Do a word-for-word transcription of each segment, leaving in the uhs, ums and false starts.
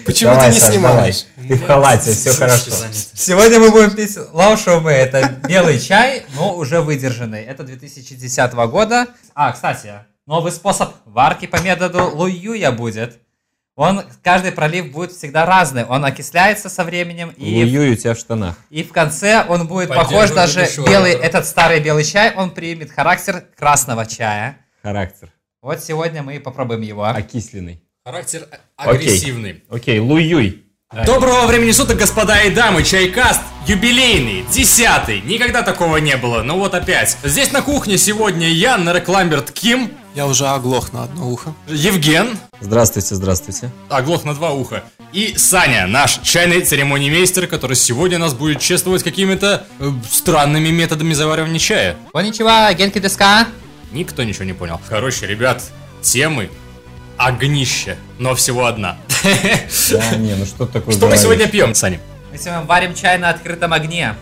Почему давай, ты не Саш, снимаешь? Давай. Ты в халате, все хорошо. Сегодня мы будем пить лаушоумы. Это белый чай, но уже выдержанный. Это две тысячи десятого года. А, кстати, новый способ варки по методу Луюя будет. Он, каждый пролив будет всегда разный. Он окисляется со временем. И Луюй у тебя в штанах. И в конце он будет похож даже белый, этот старый белый чай, он примет характер красного чая. Характер. Вот сегодня мы попробуем его. Окисленный. Характер агрессивный. Окей, Луюй. Доброго времени суток, господа и дамы. Чайкаст юбилейный, десятый. Никогда такого не было, но вот опять. Здесь на кухне сегодня я, Нарек Ламберт Ким. Я уже оглох на одно ухо. Евген. Здравствуйте, здравствуйте. Оглох на два уха. И Саня, наш чайный церемониймейстер, который сегодня нас будет чествовать какими-то э, странными методами заваривания чая. Конничева, генки деска. Никто ничего не понял. Короче, ребят, темы огнище, но всего одна. Да, не, ну что такое? Что мы сегодня пьем, Саня? Мы сегодня варим чай на открытом огне.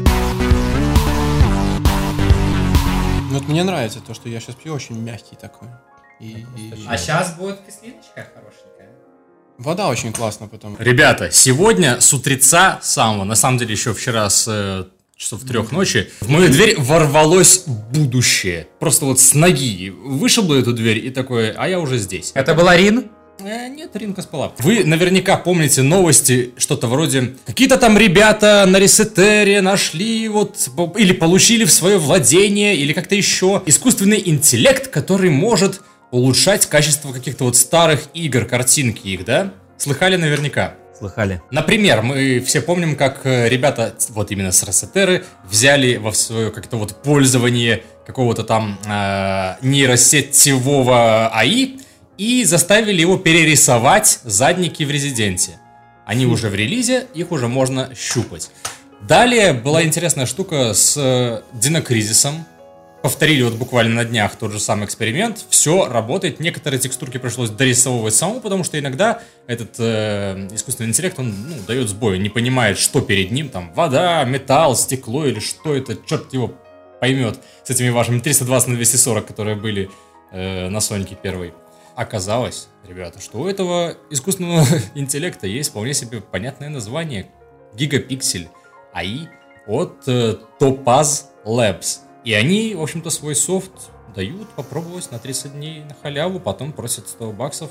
Вот мне нравится то, что я сейчас пью, очень мягкий такой. И, и... А сейчас будет кислиночка хорошенькая. Вода очень классная потом. Ребята, сегодня с утреца самого, на самом деле еще вчера с э, часов трех ночи, в мою дверь ворвалось будущее. Просто вот с ноги вышибло эту дверь и такое, а я уже здесь. Это был Рин? Э, нет, Ринка спала. Вы наверняка помните новости, что-то вроде какие-то там ребята на ресетере нашли вот, или получили в свое владение, или как-то еще искусственный интеллект, который может улучшать качество каких-то вот старых игр, картинки их, да? Слыхали наверняка. Слыхали. Например, мы все помним, как ребята, вот именно с ресетеры, взяли во свое как-то вот пользование какого-то там э, нейросетевого эй ай, и заставили его перерисовать задники в Резиденте. Они уже в релизе, их уже можно щупать. Далее была интересная штука с Динокризисом. Повторили вот буквально на днях тот же самый эксперимент. Все работает. Некоторые текстурки пришлось дорисовывать самому, потому что иногда этот э, искусственный интеллект, он ну, дает сбой, не понимает, что перед ним. Там вода, металл, стекло или что это, черт его поймет. С этими вашими триста двадцать на двести сорок, которые были э, на Сонике первой. Оказалось, ребята, что у этого искусственного интеллекта есть вполне себе понятное название. Гигапиксель эй ай от э, Topaz Labs. И они, в общем-то, свой софт дают попробовать на тридцать дней на халяву, потом просят сто баксов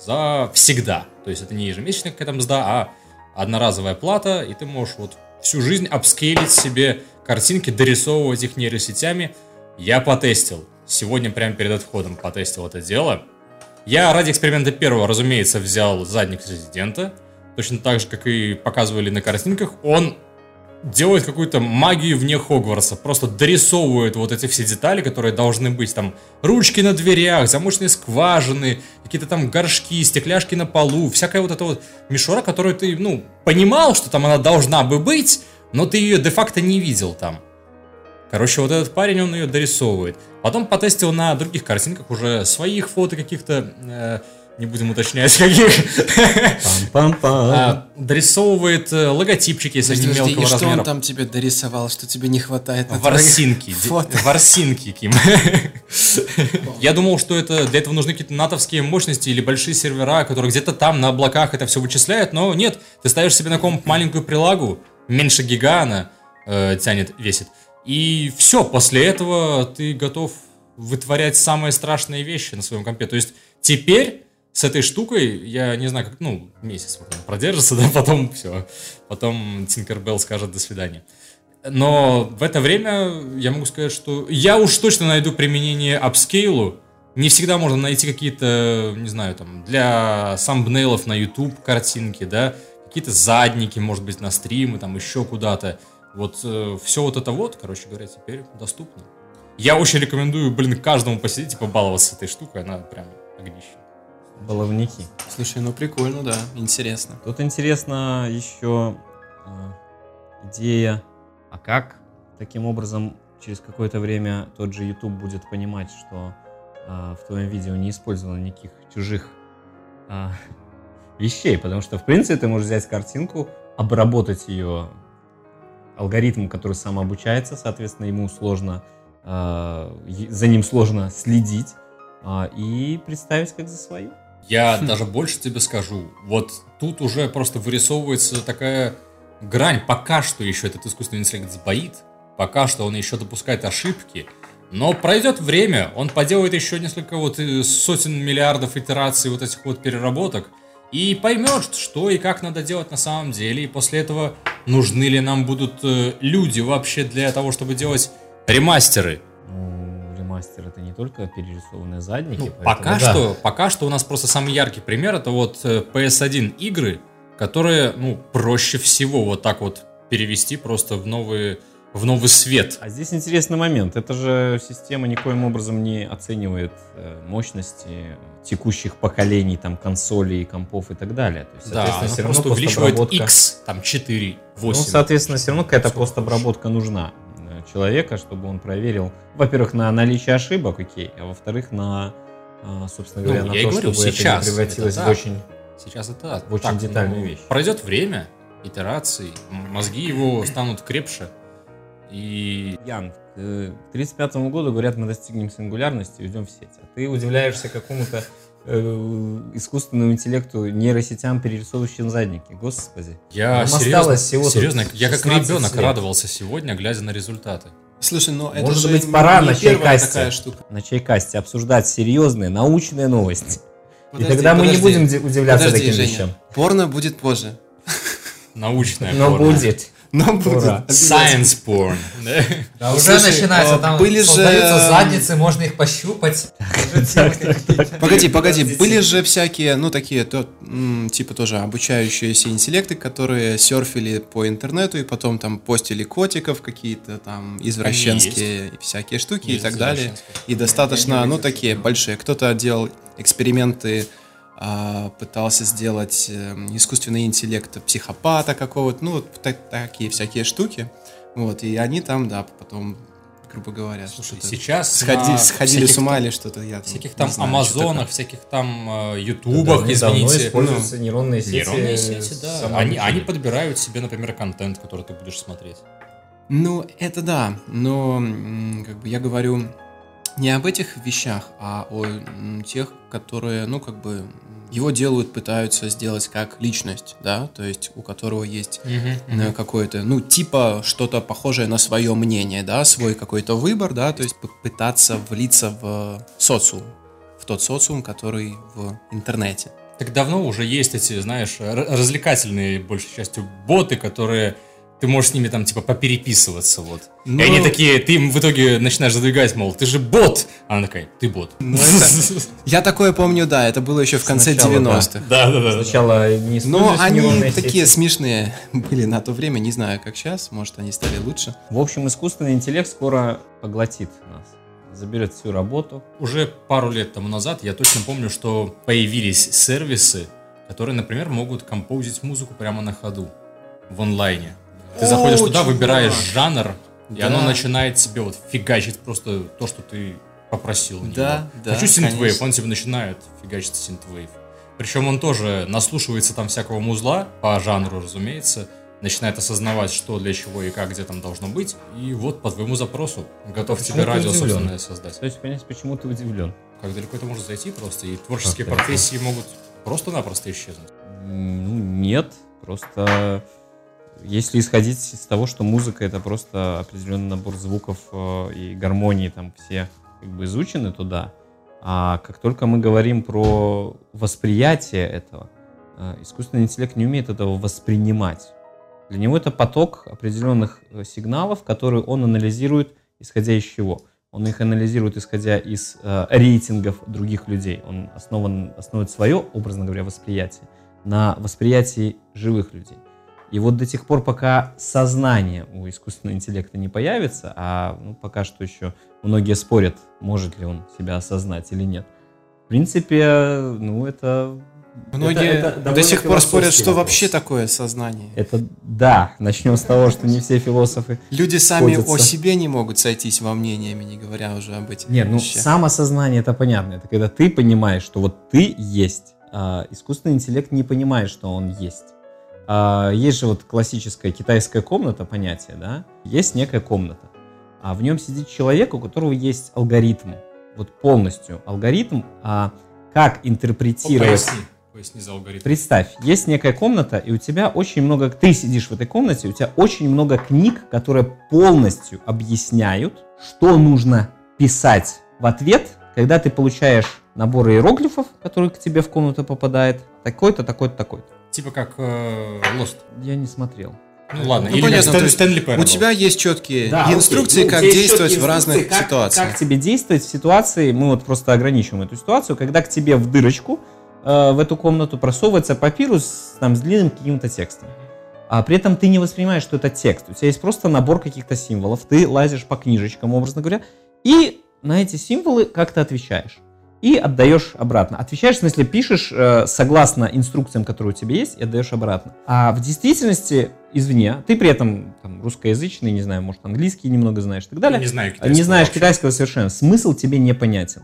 за всегда. То есть это не ежемесячная какая-то мзда, а одноразовая плата, и ты можешь вот всю жизнь апскейлить себе картинки, дорисовывать их нейросетями. Я потестил. Сегодня прямо перед отходом потестил это дело. Я ради эксперимента первого, разумеется, взял задник Резидента. Точно так же, как и показывали на картинках. Он делает какую-то магию вне Хогвартса. Просто дорисовывает вот эти все детали, которые должны быть. Там ручки на дверях, замочные скважины, какие-то там горшки, стекляшки на полу. Всякая вот эта вот мишура, которую ты, ну, понимал, что там она должна бы быть, но ты ее де-факто не видел там. Короче, вот этот парень, он ее дорисовывает. Потом потестил на других картинках уже своих фото каких-то, э, не будем уточнять, каких. Пам-пам-пам. Дорисовывает логотипчики, если они мелкого размера. И что размера. он там тебе дорисовал, что тебе не хватает на Ворсинки. фото? Ворсинки, Ким. Я думал, что это для этого нужны какие-то натовские мощности или большие сервера, которые где-то там на облаках это все вычисляют, но нет. Ты ставишь себе на комп маленькую прилагу, меньше гига она э, тянет, весит. И все, после этого ты готов вытворять самые страшные вещи на своем компе. То есть теперь с этой штукой, я не знаю, как, ну, месяц вот он продержится, да, потом все. Потом Tinkerbell скажет до свидания. Но в это время я могу сказать, что я уж точно найду применение апскейлу. Не всегда можно найти какие-то, не знаю, там, для самбнейлов на YouTube картинки, да, какие-то задники, может быть, на стримы, там, еще куда-то. Вот э, все вот это вот, короче говоря, теперь доступно. Я очень рекомендую, блин, каждому посидеть и побаловаться этой штукой, она прям огнище. Баловники. Слушай, ну прикольно, да, интересно. Тут интересно еще э, идея, а как таким образом через какое-то время тот же YouTube будет понимать, что э, в твоем видео не использовано никаких чужих э, вещей, потому что в принципе ты можешь взять картинку, обработать ее алгоритм, который сам обучается, соответственно, ему сложно, э, за ним сложно следить, э, и представить как за свою. Я даже больше тебе скажу. Вот тут уже просто вырисовывается такая грань. Пока что еще этот искусственный интеллект сбоит. Пока что он еще допускает ошибки. Но пройдет время, он поделает еще несколько вот сотен миллиардов итераций вот этих вот переработок и поймет, что и как надо делать на самом деле. И после этого нужны ли нам будут люди вообще для того, чтобы делать ремастеры. Ну, ремастер это не только перерисованные задники. Ну, поэтому, пока, да. что, пока что у нас просто самый яркий пример это вот пи эс один игры, которые, ну, проще всего вот так вот перевести просто в новые... в новый свет. А здесь интересный момент. Эта же система никоим образом не оценивает мощности текущих поколений там консолей, компов и так далее. То есть, да, она все просто равно увеличивает постобработка... X, там четыре, восемь. Ну, соответственно, все равно какая-то постобработка нужна человека, чтобы он проверил, во-первых, на наличие ошибок, окей, а во-вторых, на, собственно говоря, ну, на я то, говорю, чтобы сейчас это не превратилось это в очень, сейчас это в очень так, детальную ну, вещь. Пройдет время, итерации, мозги его станут крепче. И... Ян, к тридцать пятому году, говорят, мы достигнем сингулярности и уйдем в сеть. А ты удивляешься какому-то э, искусственному интеллекту, нейросетям, перерисовывающим задники. Господи. Я Нам серьезно, всего серьезно я как ребенок лет. радовался сегодня, глядя на результаты. Слушай, ну это Может же быть, пора не на первая чайкасте, такая штука. на чайкасте обсуждать серьезные научные новости. Подожди, и тогда мы подожди. не будем ди- удивляться Подожди, таким Женя. вещам. Порно будет позже. Научная Но порно. будет. Но будет. Ура. Science porn. да? Да, уже Слушай, начинается, а там были же- создаются задницы, можно их пощупать. Уже делать какие-то- Погоди, погоди, были же всякие, ну, такие, то, м, типа тоже обучающиеся интеллекты, которые серфили по интернету и потом там постили котиков, какие-то там извращенские всякие штуки и Есть так далее. извращенские. И достаточно, ну, такие большие. Кто-то делал эксперименты, а, пытался сделать э, искусственный интеллект психопата какого-то, ну, вот так- такие всякие штуки. Вот, и они там, да, потом, грубо говоря, Слушай, что-то сейчас сходи- на сходили всяких с ума там- или что-то я там всяких не там знаю, что такое. Амазонах, всяких там э, Ютубах, Давно извините. используются нейронные сети. Нейронные сети, да. Они, самообучения. они подбирают себе, например, контент, который ты будешь смотреть. Ну, это да, но м, как бы я говорю не об этих вещах, а о м, тех, которые, ну, как бы его делают, пытаются сделать как личность, да, то есть у которого есть э, какое-то, ну, типа что-то похожее на свое мнение, да, свой какой-то выбор, да, то есть попытаться влиться в социум, в тот социум, который в интернете. Так давно уже есть эти, знаешь, р- развлекательные, большей частью, боты, которые ты можешь с ними там, типа, попереписываться, вот. Ну- И они такие, ты им в итоге начинаешь задвигать, мол, ты же бот! А она такая, ты бот. Ну, это- Я такое помню, да, это было еще в конце Сначала, да. девяностых. Да, да, да. Сначала не Но используются они нейронные такие сети. смешные были на то время, не знаю, как сейчас, может, они стали лучше. В общем, искусственный интеллект скоро поглотит нас. Заберет всю работу. Уже пару лет тому назад я точно помню, что появились сервисы, которые, например, могут композить музыку прямо на ходу, в онлайне. Ты О, заходишь туда, чувак. выбираешь жанр, и Да. оно начинает тебе вот фигачить просто то, что ты попросил у него. Да, да, Хочу синтвейв, конечно. он тебе начинает фигачить синтвейв. Причем он тоже наслушивается там всякого музла, по жанру, разумеется, начинает осознавать, что для чего и как, где там должно быть, и вот по твоему запросу готов Почему тебе ты радио удивлен? собственное создать. То есть понять, почему ты удивлен. Как далеко это может зайти просто, и творческие Как далеко? профессии могут просто-напросто исчезнуть. М, Ну, нет. Просто если исходить из того, что музыка это просто определенный набор звуков э, и гармонии, там все как бы изучены туда. А как только мы говорим про восприятие этого, э, искусственный интеллект не умеет этого воспринимать. Для него это поток определенных э, сигналов, которые он анализирует, исходя из чего? Он их анализирует, исходя из э, рейтингов других людей. Он основан, основывает свое, образно говоря, восприятие на восприятии живых людей. И вот до тех пор, пока сознание у искусственного интеллекта не появится, а ну, пока что еще многие спорят, может ли он себя осознать или нет. В принципе, ну это... Многие это- это до довольно сих пор спорят, философский что вопрос. вообще такое сознание. Это да, начнем с того, что не все философы. Люди сами сходятся. о себе не могут сойтись во мнениями, не говоря уже об этих Нет, ну вещах. самосознание это понятно. Это когда ты понимаешь, что вот ты есть, а искусственный интеллект не понимает, что он есть. А, есть же вот классическая китайская комната, понятие, да? Есть некая комната, а в нем сидит человек, у которого есть алгоритм. Вот полностью алгоритм, а как интерпретировать... Поясни, поясни за алгоритм. Представь, есть некая комната, и у тебя очень много... Ты сидишь в этой комнате, у тебя очень много книг, которые полностью объясняют, что нужно писать в ответ, когда ты получаешь набор иероглифов, который к тебе в комнату попадает, такой-то, такой-то, такой-то. Типа как э, Lost. Я не смотрел. Ну ладно, Ну, или понятно, как то есть Стэнли Парабл. у тебя есть четкие Да, инструкции, окей. Ну, как у тебя есть действовать четкие в разных инструкции, как- ситуациях. Как тебе действовать в ситуации, мы вот просто ограничим эту ситуацию, когда к тебе в дырочку, э, в эту комнату просовывается папирус там, с длинным каким-то текстом. А при этом ты не воспринимаешь, что это текст. У тебя есть просто набор каких-то символов, ты лазишь по книжечкам, образно говоря, и на эти символы как-то отвечаешь. И отдаешь обратно. Отвечаешь, в смысле, пишешь э, согласно инструкциям, которые у тебя есть, и отдаешь обратно. А в действительности, извне, ты при этом там, русскоязычный, не знаю, может, английский немного знаешь и так далее. Я не знаю китайского. Не знаешь вообще. китайского совершенно. Смысл тебе непонятен.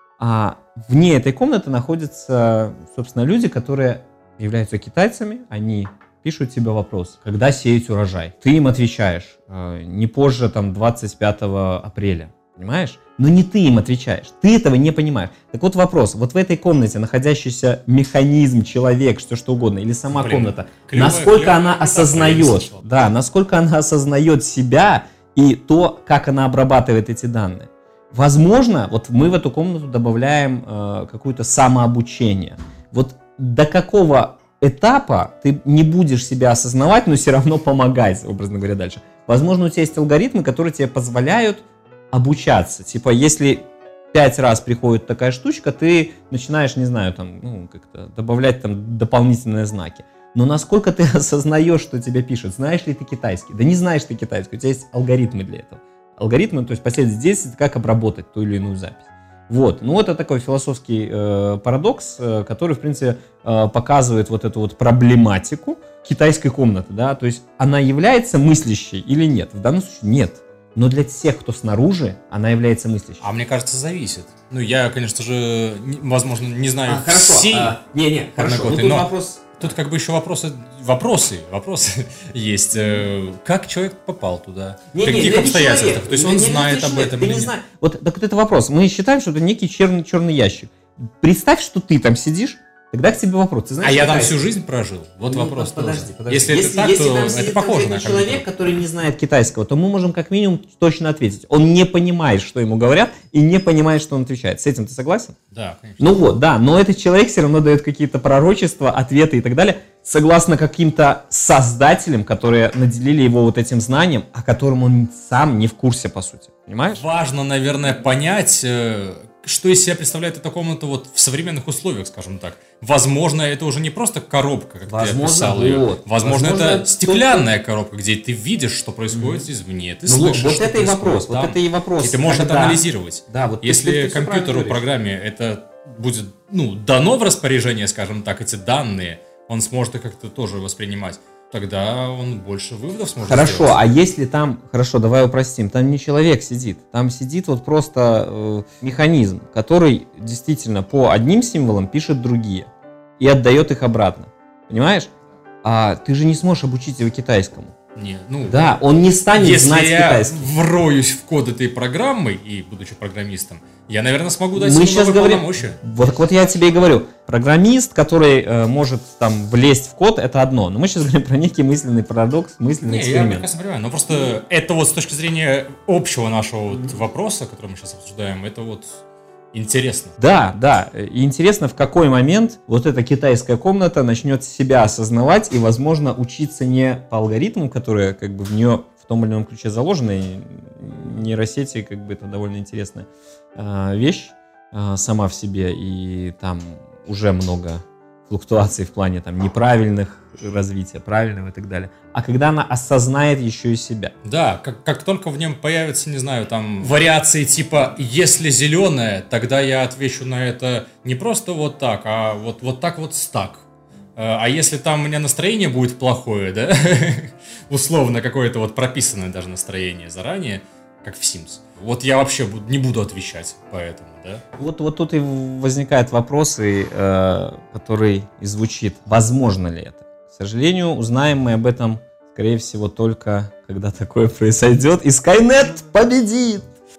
А вне этой комнаты находятся, собственно, люди, которые являются китайцами. Они пишут тебе вопрос, когда сеять урожай. Ты им отвечаешь э, не позже там, двадцать пятого апреля. Понимаешь? Но не ты им отвечаешь. Ты этого не понимаешь. Так вот вопрос. Вот в этой комнате находящийся механизм, человек, все что угодно, или сама Блин, комната, клевая- насколько клевая она метафора, я не осознает, слышал. да, насколько она осознает себя и то, как она обрабатывает эти данные. Возможно, вот мы в эту комнату добавляем э, какое-то самообучение. Вот до какого этапа ты не будешь себя осознавать, но все равно помогать, образно говоря, дальше. Возможно, у тебя есть алгоритмы, которые тебе позволяют обучаться. Типа, если пять раз приходит такая штучка, ты начинаешь, не знаю, там, ну, как-то добавлять там дополнительные знаки. Но насколько ты осознаешь, что тебе пишут? Знаешь ли ты китайский? Да не знаешь ты китайский, у тебя есть алгоритмы для этого. Алгоритмы, то есть последовательность действий, как обработать ту или иную запись. Вот, ну это такой философский э, парадокс, э, который, в принципе, э, показывает вот эту вот проблематику китайской комнаты, да, то есть она является мыслящей или нет? В данном случае нет. Но для тех, кто снаружи, она является мыслящей. А мне кажется, зависит. Ну, я, конечно же, не- возможно, не знаю А, хорошо. всей а, не, не, хорошо. Ну, подноготной, тут но вопрос. тут как бы еще вопросы, вопросы, вопросы есть. Э, Как человек попал туда? Не, В не, каких да не обстоятельствах? человек. То есть Да он не, не, знает не об человек, этом ты или не нет? знаешь. Вот, так вот это вопрос. Мы считаем, что это некий черный, черный ящик. Представь, что ты там сидишь, тогда к тебе вопрос. Ты знаешь А я там китайский? всю жизнь прожил. Вот Ну, вопрос подожди, тоже. подожди. Если, это так, если то там это сидит похоже конкретный на человек, компьютер. который не знает китайского, то мы можем как минимум точно ответить. Он не понимает, что ему говорят, и не понимает, что он отвечает. С этим ты согласен? Да, конечно. Ну вот, да, но этот человек все равно дает какие-то пророчества, ответы и так далее, согласно каким-то создателям, которые наделили его вот этим знанием, о котором он сам не в курсе, по сути. Понимаешь? Важно, наверное, понять, э, что из себя представляет эта комната вот в современных условиях, скажем так. Возможно, это уже не просто коробка, как Возможно, ты описал ее. вот. Возможно, Возможно, это тот, стеклянная коробка, где ты видишь, что происходит извне. Ты Ну вот, слышишь, вот что это и происходит вопрос, там. вот это и вопрос. И ты можешь это Когда- анализировать. Да, вот ты- Если ты- ты всё компьютеру, правильно говоришь. программе это будет, ну, дано в распоряжение, скажем так, эти данные, он сможет их как-то тоже воспринимать. Тогда он больше выводов сможет Хорошо, сделать. а если там, хорошо, давай упростим, там не человек сидит, там сидит вот просто э, механизм, который действительно по одним символам пишет другие и отдает их обратно, понимаешь? А ты же не сможешь обучить его китайскому. Не, ну, Да, он не станет если знать я китайский. вроюсь в код этой программы и будучи программистом, я, наверное, смогу дать Мы ему сейчас новые говорим, полномочия. вот, так вот я тебе и говорю, программист, который э, может там влезть в код, это одно, но мы сейчас говорим про некий мысленный парадокс, мысленный Не, я эксперимент. прекрасно понимаю, но просто это вот с точки зрения общего нашего вот вопроса, который мы сейчас обсуждаем, это вот интересно. Да, да. И интересно, в какой момент вот эта китайская комната начнет себя осознавать и, возможно, учиться не по алгоритмам, которые как бы в нее в том или ином ключе заложены. И нейросети, как бы, это довольно интересная э, вещь э, сама в себе, и там уже много флуктуаций в плане там неправильных развития, правильного и так далее. А когда она осознает еще и себя. Да, как, как только в нем появятся, не знаю, там, вариации типа «если зеленое, тогда я отвечу на это не просто вот так, а вот, вот так вот стак». А если там у меня настроение будет плохое, да, условно какое-то вот прописанное даже настроение заранее, как в Sims, вот я вообще буду- не буду отвечать по этому, да. Вот, вот тут и возникает вопрос, и, э, который и звучит, возможно ли это. К сожалению, узнаем мы об этом, скорее всего, только когда такое произойдет, и Skynet победит.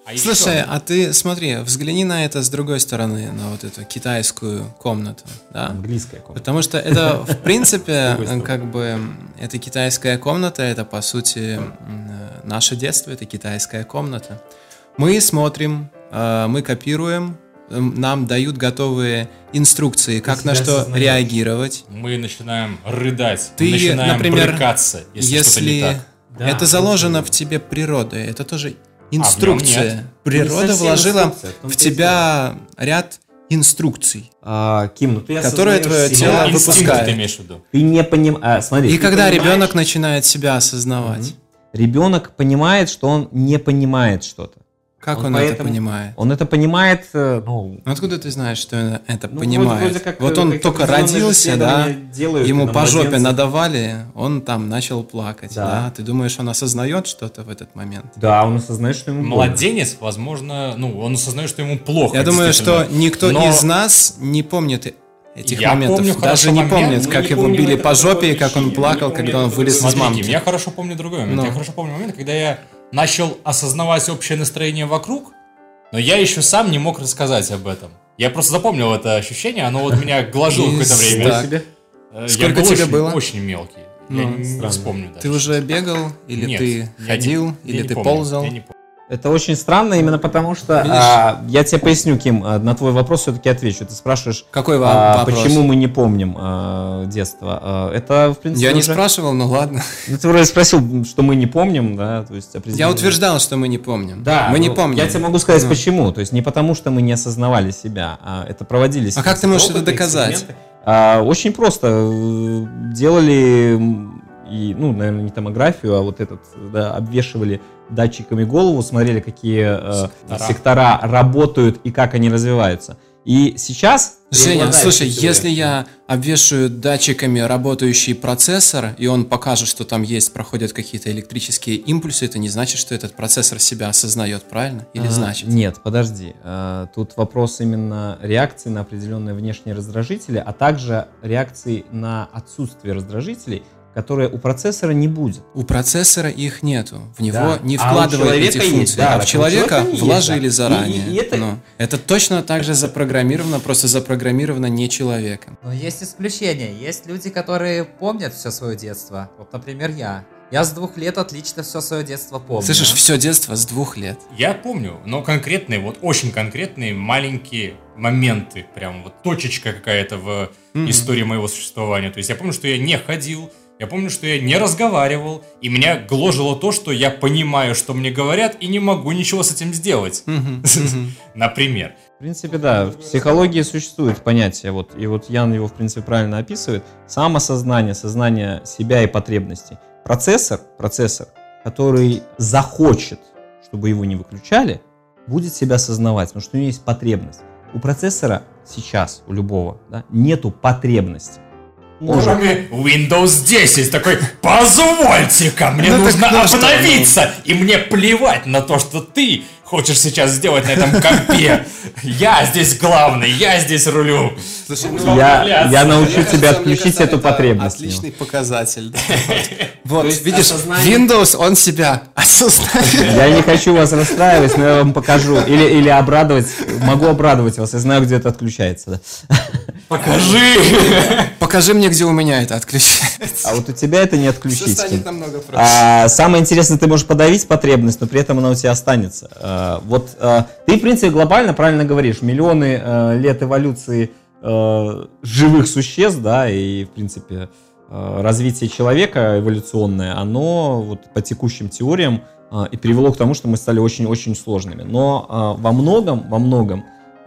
А Слушай, еще... а ты смотри, взгляни на это с другой стороны, на вот эту китайскую комнату, да? Английская комната. Потому что это, в принципе, как бы, эта китайская комната, это, по сути, наше детство, это китайская комната. Мы смотрим, мы копируем, нам дают готовые инструкции, как на что осознаешь. реагировать. Мы начинаем рыдать, Ты, начинаем например, брыкаться, если, если что-то не так. Да, это заложено это- в тебе природой, это тоже А в нем инструкция. нет. Природа Не совсем вложила инструкция, в том-то в и тебя ряд инструкций. А, Ким, ну ты Которое осознаешь твое себя. тело Инстинкт выпускает. ты имеешь в виду? Ты не понимаешь. Смотри. И ты когда понимаешь- ребенок начинает себя осознавать, Ребенок понимает, что он не понимает что-то. как Он он, это поэтому- понимает? Он это понимает, э, ну, Ну, откуда ты знаешь, что он это ну, понимает? вроде как, вот э, он как только определенные родился, да, исследования делают ему на по жопе младенцах. надавали, он там начал плакать, Да. да. Ты думаешь, он осознает что-то в этот момент? Да, он осознает, что ему больно. Младенец, возможно, ну, он осознает, что ему плохо. Я думаю, что действительно. никто Но- из нас не помнит этих Я моментов. помню Даже хорошо не момент, помнит, мы как не его помним били это по по другой жопе и как он причине. плакал, Мы не когда помним он это вылез из Смотри, мамки. Ким, я хорошо помню другой момент. Ну. Я хорошо помню момент, когда я начал осознавать общее настроение вокруг, но я еще сам не мог рассказать об этом. Я просто запомнил это ощущение, оно вот меня гложило какое-то Из- время. так. себе. Э, Сколько я был тебе очень, было? Очень мелкий. Ну, я не странно. вспомню даже. Ты уже бегал? Или Нет, ты я не- ходил? я Или не ты помню, ползал? я не помню. Это очень странно, именно потому что Видишь? а, я тебе поясню, Ким, а, на твой вопрос все-таки отвечу. Ты спрашиваешь, Какой а, ва- вопрос? почему мы не помним а, детство. А, это, в принципе, Я не уже- спрашивал, но ладно. Ну, ты вроде спросил, что мы не помним, да, то есть Я определенно- утверждал, что мы не помним. Да, мы не ну, помним. Я тебе могу сказать, Ну. почему. То есть не потому, что мы не осознавали себя, а это проводились. А как ты можешь опыты, это доказать? эксперименты. А, очень просто. Э, Делали, м, и, ну, наверное, не томографию, а вот этот, да, обвешивали датчиками голову, смотрели, какие э, Сектора. сектора работают и как они развиваются. И сейчас... Женя, преобладает слушай, теория. если я обвешаю датчиками работающий процессор, и он покажет, что там есть, проходят какие-то электрические импульсы, это не значит, что этот процессор себя осознает, правильно? Или А, значит? Нет, подожди. А, Тут вопрос именно реакции на определенные внешние раздражители, а также реакции на отсутствие раздражителей, которые у процессора не будет. У процессора их нету. В него Да. не А у вкладывают эти человека есть, функции. да, а так в у человека человека есть, вложили да. заранее. И- и это- Ну, это точно так же запрограммировано, просто запрограммировано не человеком. Но есть исключения. Есть люди, которые помнят все свое детство. Вот, например, я. Я с двух лет отлично все свое детство помню. Слышишь, все детство с двух лет. Я помню, но конкретные, вот очень конкретные маленькие моменты, прям вот точечка какая-то в Мгм. истории моего существования. То есть я помню, что я не ходил, я помню, что я не разговаривал, и меня гложило то, что я понимаю, что мне говорят, и не могу ничего с этим сделать. Мгм, мгм. Например. В принципе, да, в психологии существует понятие, вот, и вот Ян его, в принципе, правильно описывает, самосознание, сознание себя и потребностей. Процессор, процессор, который захочет, чтобы его не выключали, будет себя осознавать, потому что у него есть потребность. У процессора сейчас, у любого, да, нету потребности. Он же- Кроме Windows десять такой, позвольте-ка, мне Ну так нужно ну что, обновиться, и мне плевать на то, что ты хочешь сейчас сделать на этом компе. Я здесь главный, я здесь рулю. Слушай, Ну, я, управляться. я Мне научу кажется, тебя мне отключить кажется, эту это потребность. Отличный показатель. да. Вот, есть видишь, осознание- Windows, он себя осознает. Я не хочу вас расстраивать, но я вам покажу. Или, или обрадовать. Могу обрадовать вас. Я знаю, где это отключается. Да. Покажи. Покажи мне, где у меня это отключается. А вот у тебя это не Все отключить. станет Ким. намного проще. А, самое интересное, ты можешь подавить потребность, но при этом она у тебя останется. А, вот а, ты, в принципе, глобально правильно говоришь. Миллионы а, лет эволюции а, живых существ, да, и, в принципе, а, развитие человека эволюционное, оно вот по текущим теориям а, и привело к тому, что мы стали очень-очень сложными. Но а, во многом, во многом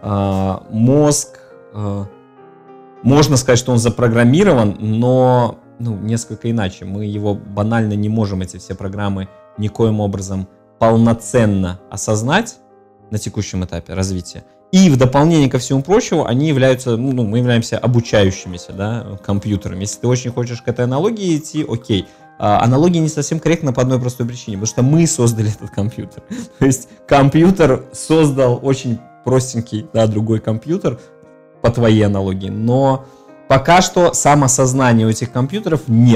а, мозг, а, можно сказать, что он запрограммирован, но ну, несколько иначе. Мы его банально не можем, эти все программы, никоим образом полноценно осознать на текущем этапе развития. И в дополнение ко всему прочему, они являются, ну, мы являемся обучающимися, да, компьютерами. Если ты очень хочешь к этой аналогии идти, окей. А, аналогия не совсем корректна по одной простой причине, потому что мы создали этот компьютер. То есть компьютер создал очень простенький, да, другой компьютер, по твоей аналогии, но пока что самосознания у этих компьютеров нет.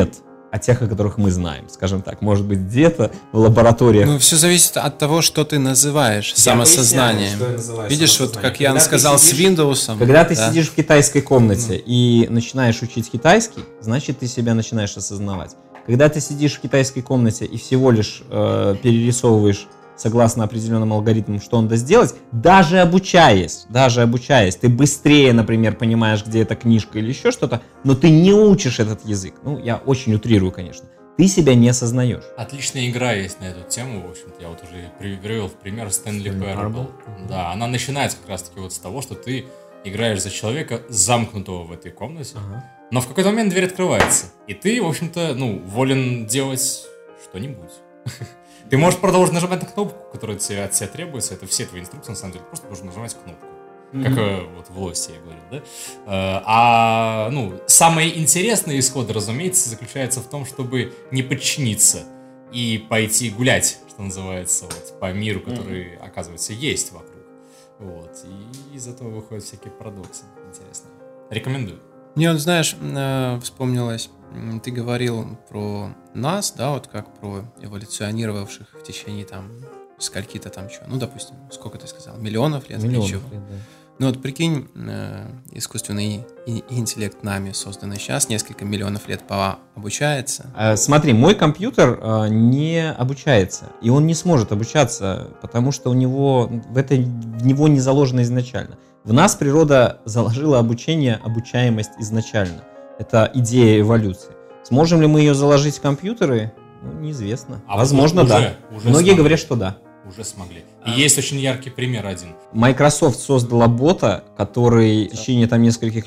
о тех, о которых мы знаем, скажем так. Может быть, где-то в лабораториях. Ну, все зависит от того, что ты называешь я самосознанием. Поясняю, что я Видишь, вот как я сказал сидишь, с Windows. Когда ты да? сидишь в китайской комнате ну. и начинаешь учить китайский, значит, ты себя начинаешь осознавать. Когда ты сидишь в китайской комнате и всего лишь э, перерисовываешь согласно определенным алгоритмам, что надо сделать, даже обучаясь, даже обучаясь, ты быстрее, например, понимаешь, где эта книжка или еще что-то, но ты не учишь этот язык. Ну, я очень утрирую, конечно. Ты себя не осознаешь. Отличная игра есть на эту тему, в общем-то, я вот уже привел в пример Stanley Parable. Да, она начинается как раз-таки вот с того, что ты играешь за человека, замкнутого в этой комнате, ага. но в какой-то момент дверь открывается, и ты, в общем-то, ну, волен делать что-нибудь. Ты можешь продолжить нажимать на кнопку, которая тебе, от тебя требуется. Это все твои инструкции, на самом деле. Просто должен нажимать кнопку. Mm-hmm. Как э, вот в Лосте я говорил, да? Э, а, ну, самый интересный исход, разумеется, заключается в том, чтобы не подчиниться и пойти гулять, что называется, вот, по миру, который, mm-hmm. оказывается, есть вокруг. Вот. И из этого выходят всякие парадоксы интересные. Рекомендую. Мне, вот, знаешь, вспомнилось, ты говорил про нас, да, вот как про эволюционировавших в течение там скольки-то там чего, ну, допустим, сколько ты сказал, миллионов лет? Миллионов лет, да. Ну, вот прикинь, искусственный интеллект нами созданный сейчас, несколько миллионов лет обучается. Смотри, мой компьютер не обучается, и он не сможет обучаться, потому что у него, в, это, в него не заложено изначально. В нас природа заложила обучение, обучаемость изначально. Это идея эволюции. Сможем ли мы ее заложить в компьютеры? Ну, неизвестно. А Возможно, уже, да. Уже Многие смогли. говорят, что да. Уже смогли. И а. есть очень яркий пример один. Microsoft создала бота, который в течение там нескольких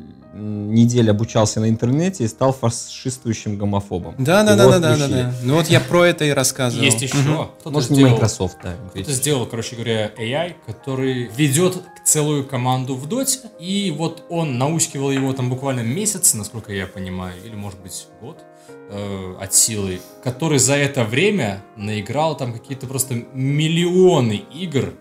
недель обучался на интернете и стал фашистующим гомофобом. Да, да, да, да, да, да, да. Ну вот я про это и рассказывал. Есть еще. Угу. Кто-то Может, сделал, не Microsoft, да. Кто-то сделал, короче говоря, эй ай, который ведет целую команду в доте, и вот он наускивал его там буквально месяц, насколько я понимаю, или может быть год э, от силы, который за это время наиграл там какие-то просто миллионы игр.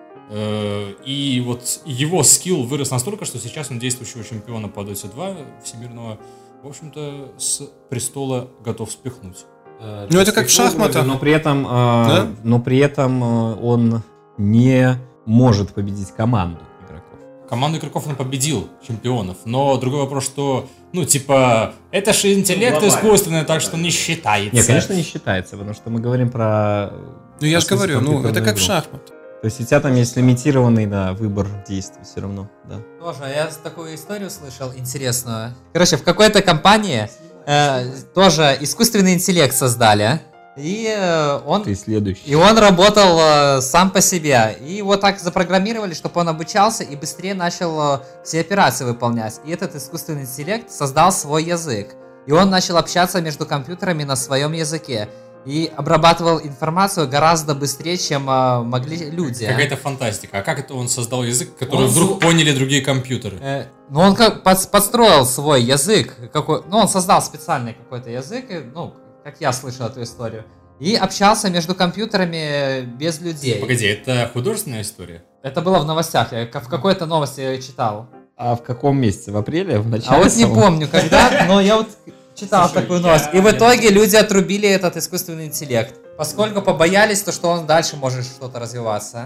И вот его скилл вырос настолько, что сейчас он действующего чемпиона по Доте два всемирного, в общем-то, с престола готов спихнуть. Ну это как в шахматах. Но при этом, да? но при этом он не может победить команду игроков. Команду игроков он победил, чемпионов. Но другой вопрос, что, ну типа, это же интеллект искусственный, так что не считается. Нет, конечно не считается, потому что мы говорим про... Ну я же говорю, ну это как в шахматах. То есть у тебя там есть лимитированный, да, выбор действий все равно, да. Тоже, я такую историю слышал интересную. Короче, в какой-то компании э, тоже искусственный интеллект создали, и э, он... Ты следующий. И он работал э, сам по себе. И его так запрограммировали, чтобы он обучался и быстрее начал э, все операции выполнять. И этот искусственный интеллект создал свой язык. И он начал общаться между компьютерами на своем языке. И обрабатывал информацию гораздо быстрее, чем э, могли люди. Какая-то фантастика. А как это он создал язык, который он вдруг с... поняли другие компьютеры? Э, ну, он как под, подстроил свой язык. Какой, ну, он создал специальный какой-то язык, ну, как я слышал эту историю. И общался между компьютерами без людей. Погоди, это художественная история? Это было в новостях. Я в какой-то новости читал. А в каком месяце? В апреле? В начале? А вот не помню, когда, но я вот... читал Слушай, такую новость. Я... И в итоге люди отрубили этот искусственный интеллект, поскольку побоялись, то, что он дальше может что-то развиваться.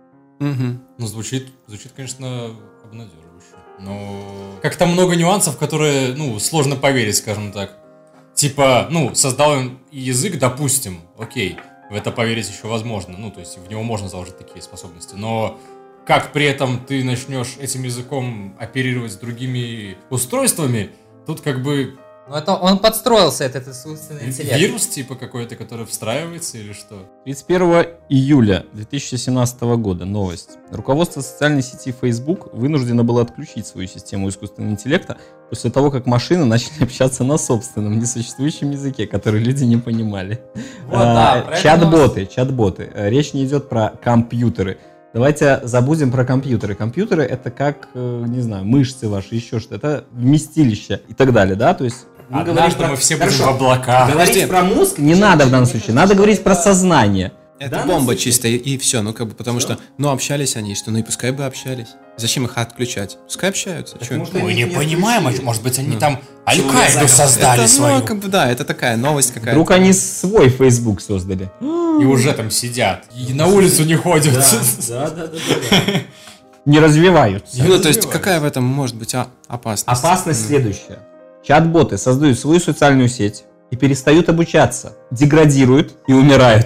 Угу. Ну, звучит, звучит, конечно, обнадеживающе. Но как-то много нюансов, которые, ну, сложно поверить, скажем так. Типа, ну, создал он язык, допустим, окей, в это поверить еще возможно. Ну, то есть в него можно заложить такие способности. Но как при этом ты начнешь этим языком оперировать с другими устройствами, тут как бы... Ну, это он подстроился, этот искусственный интеллект. Вирус типа какой-то, который встраивается или что? тридцать первого июля две тысячи семнадцатого года новость. Руководство социальной сети Facebook вынуждено было отключить свою систему искусственного интеллекта после того, как машины начали общаться на собственном несуществующем языке, который люди не понимали. Вот, а, да, чат-боты, чат-боты. Речь не идет про компьютеры. Давайте забудем про компьютеры. Компьютеры — это как, не знаю, мышцы ваши, еще что-то. Это вместилище и так далее, да? То есть мы Однажды про... мы все будем в облаках. Говорить про мозг не надо в данном случае. Надо говорить про сознание. Это Да, бомба на чистая, и, и все. Ну, как бы, потому Всё. что, ну, общались они, что, ну, и пускай бы общались. Зачем их отключать? Пускай общаются. Так чё? может, Мы они не не понимаем, отключили. может быть, они Ну. там Человек Аль-Каиду заговор. создали это, свою. ну, как бы, да, это такая новость какая-то. Вдруг они свой Facebook создали. И уже там сидят. И на улицу не ходят. Да, да, да, да. Не развиваются. Ну, то есть, развиваются. какая в этом может быть а- опасность? Опасность Ну. следующая. Чат-боты создают свою социальную сеть и перестают обучаться, деградируют и умирают.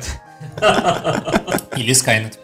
Или Скайнет.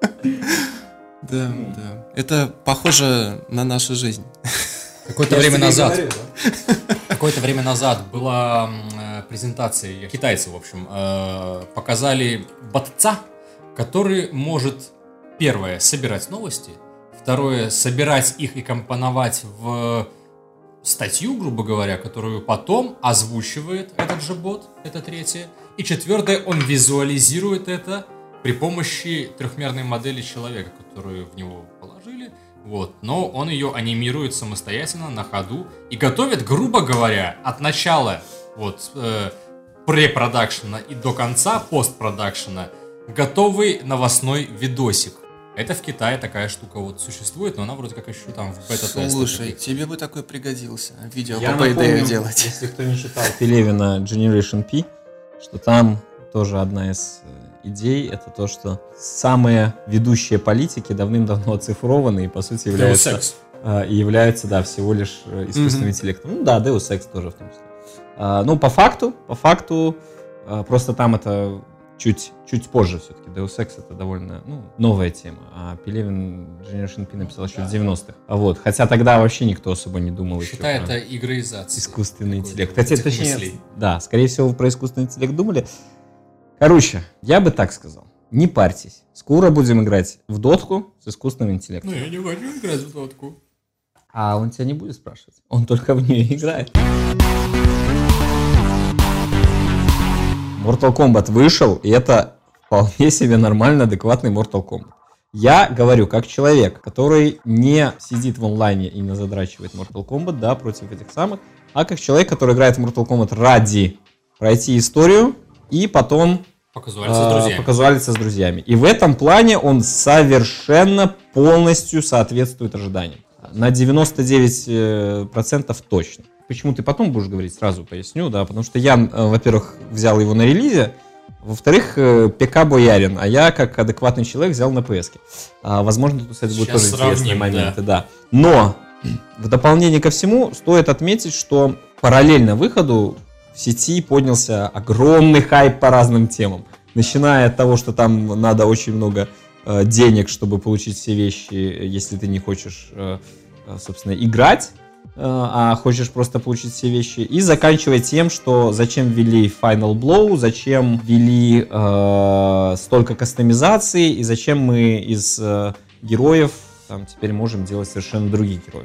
Да, да. Это похоже на нашу жизнь. Какое-то время назад. Какое-то время назад была э, презентация китайцев, в общем, э, показали ботца, который может, первое, собирать новости, второе, собирать их и компоновать в статью, грубо говоря, которую потом озвучивает этот же бот, это третье, и четвертое, он визуализирует это при помощи трехмерной модели человека, которую в него положили. Вот, но он ее анимирует самостоятельно на ходу и готовит, грубо говоря, от начала вот э, препродакшена и до конца постпродакшена готовый новостной видосик. Это в Китае такая штука вот существует, но она вроде как еще там в бета-тестах. Слушай, таких. тебе бы такой пригодился. Видео Я по напомню, Payday делать. если кто не читал Пелевина Generation P, что там тоже одна из э, идей, это то, что самые ведущие политики давным-давно оцифрованы и, по сути, Deus являются, Ex. э, и являются, да, всего лишь э, искусственным Мгм. интеллектом. Ну да, Deus Ex тоже в том числе. А, ну, по факту, по факту, э, просто там это чуть, чуть позже все-таки. Deus Ex это довольно ну, новая тема, а Пелевин Generation P написал еще в девяностых. А вот, хотя тогда вообще никто особо не думал еще Считай, про это игроизация. искусственный какой-то интеллект. вот Хотя, этих точнее, мыслей. да, скорее всего, вы про искусственный интеллект думали. Короче, я бы так сказал. Не парьтесь. Скоро будем играть в дотку с искусственным интеллектом. Ну, я не хочу играть в дотку. А он тебя не будет спрашивать. Он только в нее играет. Mortal Kombat вышел, и это вполне себе нормально, адекватный Mortal Kombat. Я говорю, как человек, который не сидит в онлайне и не задрачивает Mortal Kombat, да, против этих самых, а как человек, который играет в Mortal Kombat ради пройти историю и потом Показуальцы с э, друзьями. показуалиться с друзьями. И в этом плане он совершенно полностью соответствует ожиданиям. На девяносто девять процентов точно. Почему ты потом будешь говорить, сразу поясню, да, потому что я, э, во-первых, взял его на релизе, во-вторых, э, ПК боярин, а я, как адекватный человек, взял на ПСке. А, возможно, тут, кстати, будут Сейчас тоже интересные сравним, моменты, да. Но в дополнение ко всему стоит отметить, что параллельно выходу в сети поднялся огромный хайп по разным темам. Начиная от того, что там надо очень много э, денег, чтобы получить все вещи, если ты не хочешь, э, э, собственно, играть, э, а хочешь просто получить все вещи. И заканчивая тем, что зачем ввели Final Blow, зачем ввели э, столько кастомизаций, и зачем мы из э, героев там, теперь можем делать совершенно других героев.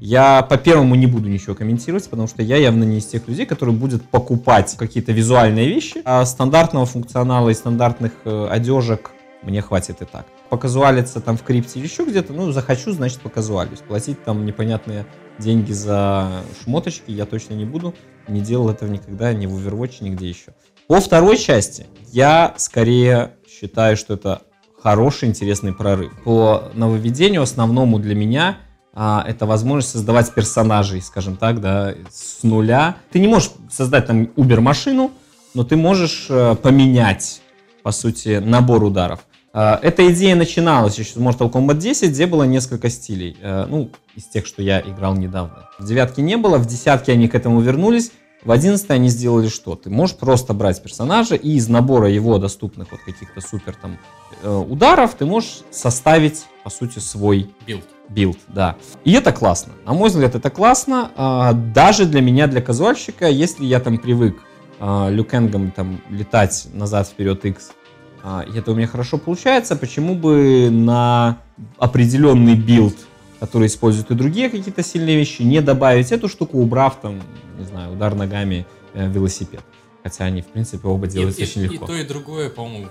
Я по первому не буду ничего комментировать, потому что я явно не из тех людей, которые будут покупать какие-то визуальные вещи, а стандартного функционала и стандартных э, одежек мне хватит и так. Показуалиться там в крипте или еще где-то, ну, захочу, значит, показуалюсь. Платить там непонятные деньги за шмоточки я точно не буду. Не делал этого никогда, ни в Overwatch, нигде еще. По второй части я скорее считаю, что это хороший, интересный прорыв. По нововведению основному для меня а, это возможность создавать персонажей, скажем так, да, с нуля. Ты не можешь создать там Uber-машину, но ты можешь э, поменять, по сути, набор ударов. Э, эта идея начиналась еще с Mortal Kombat десять, где было несколько стилей. Э, ну, из тех, что я играл недавно. В девятке не было, в десятке они к этому вернулись. В одиннадцатой они сделали что? Ты можешь просто брать персонажа и из набора его доступных вот каких-то супер там э, ударов ты можешь составить, по сути, свой Билд. билд, да. И это классно. На мой взгляд, это классно. А, даже для меня, для казуальщика, если я там привык а, люкенгом там летать назад-вперед X, а, и это у меня хорошо получается, почему бы на определенный билд, который использует и другие какие-то сильные вещи, не добавить эту штуку, убрав там, не знаю, удар ногами, э, велосипед. Хотя они, в принципе, оба делаются и, очень и, легко. И то, и другое, по-моему,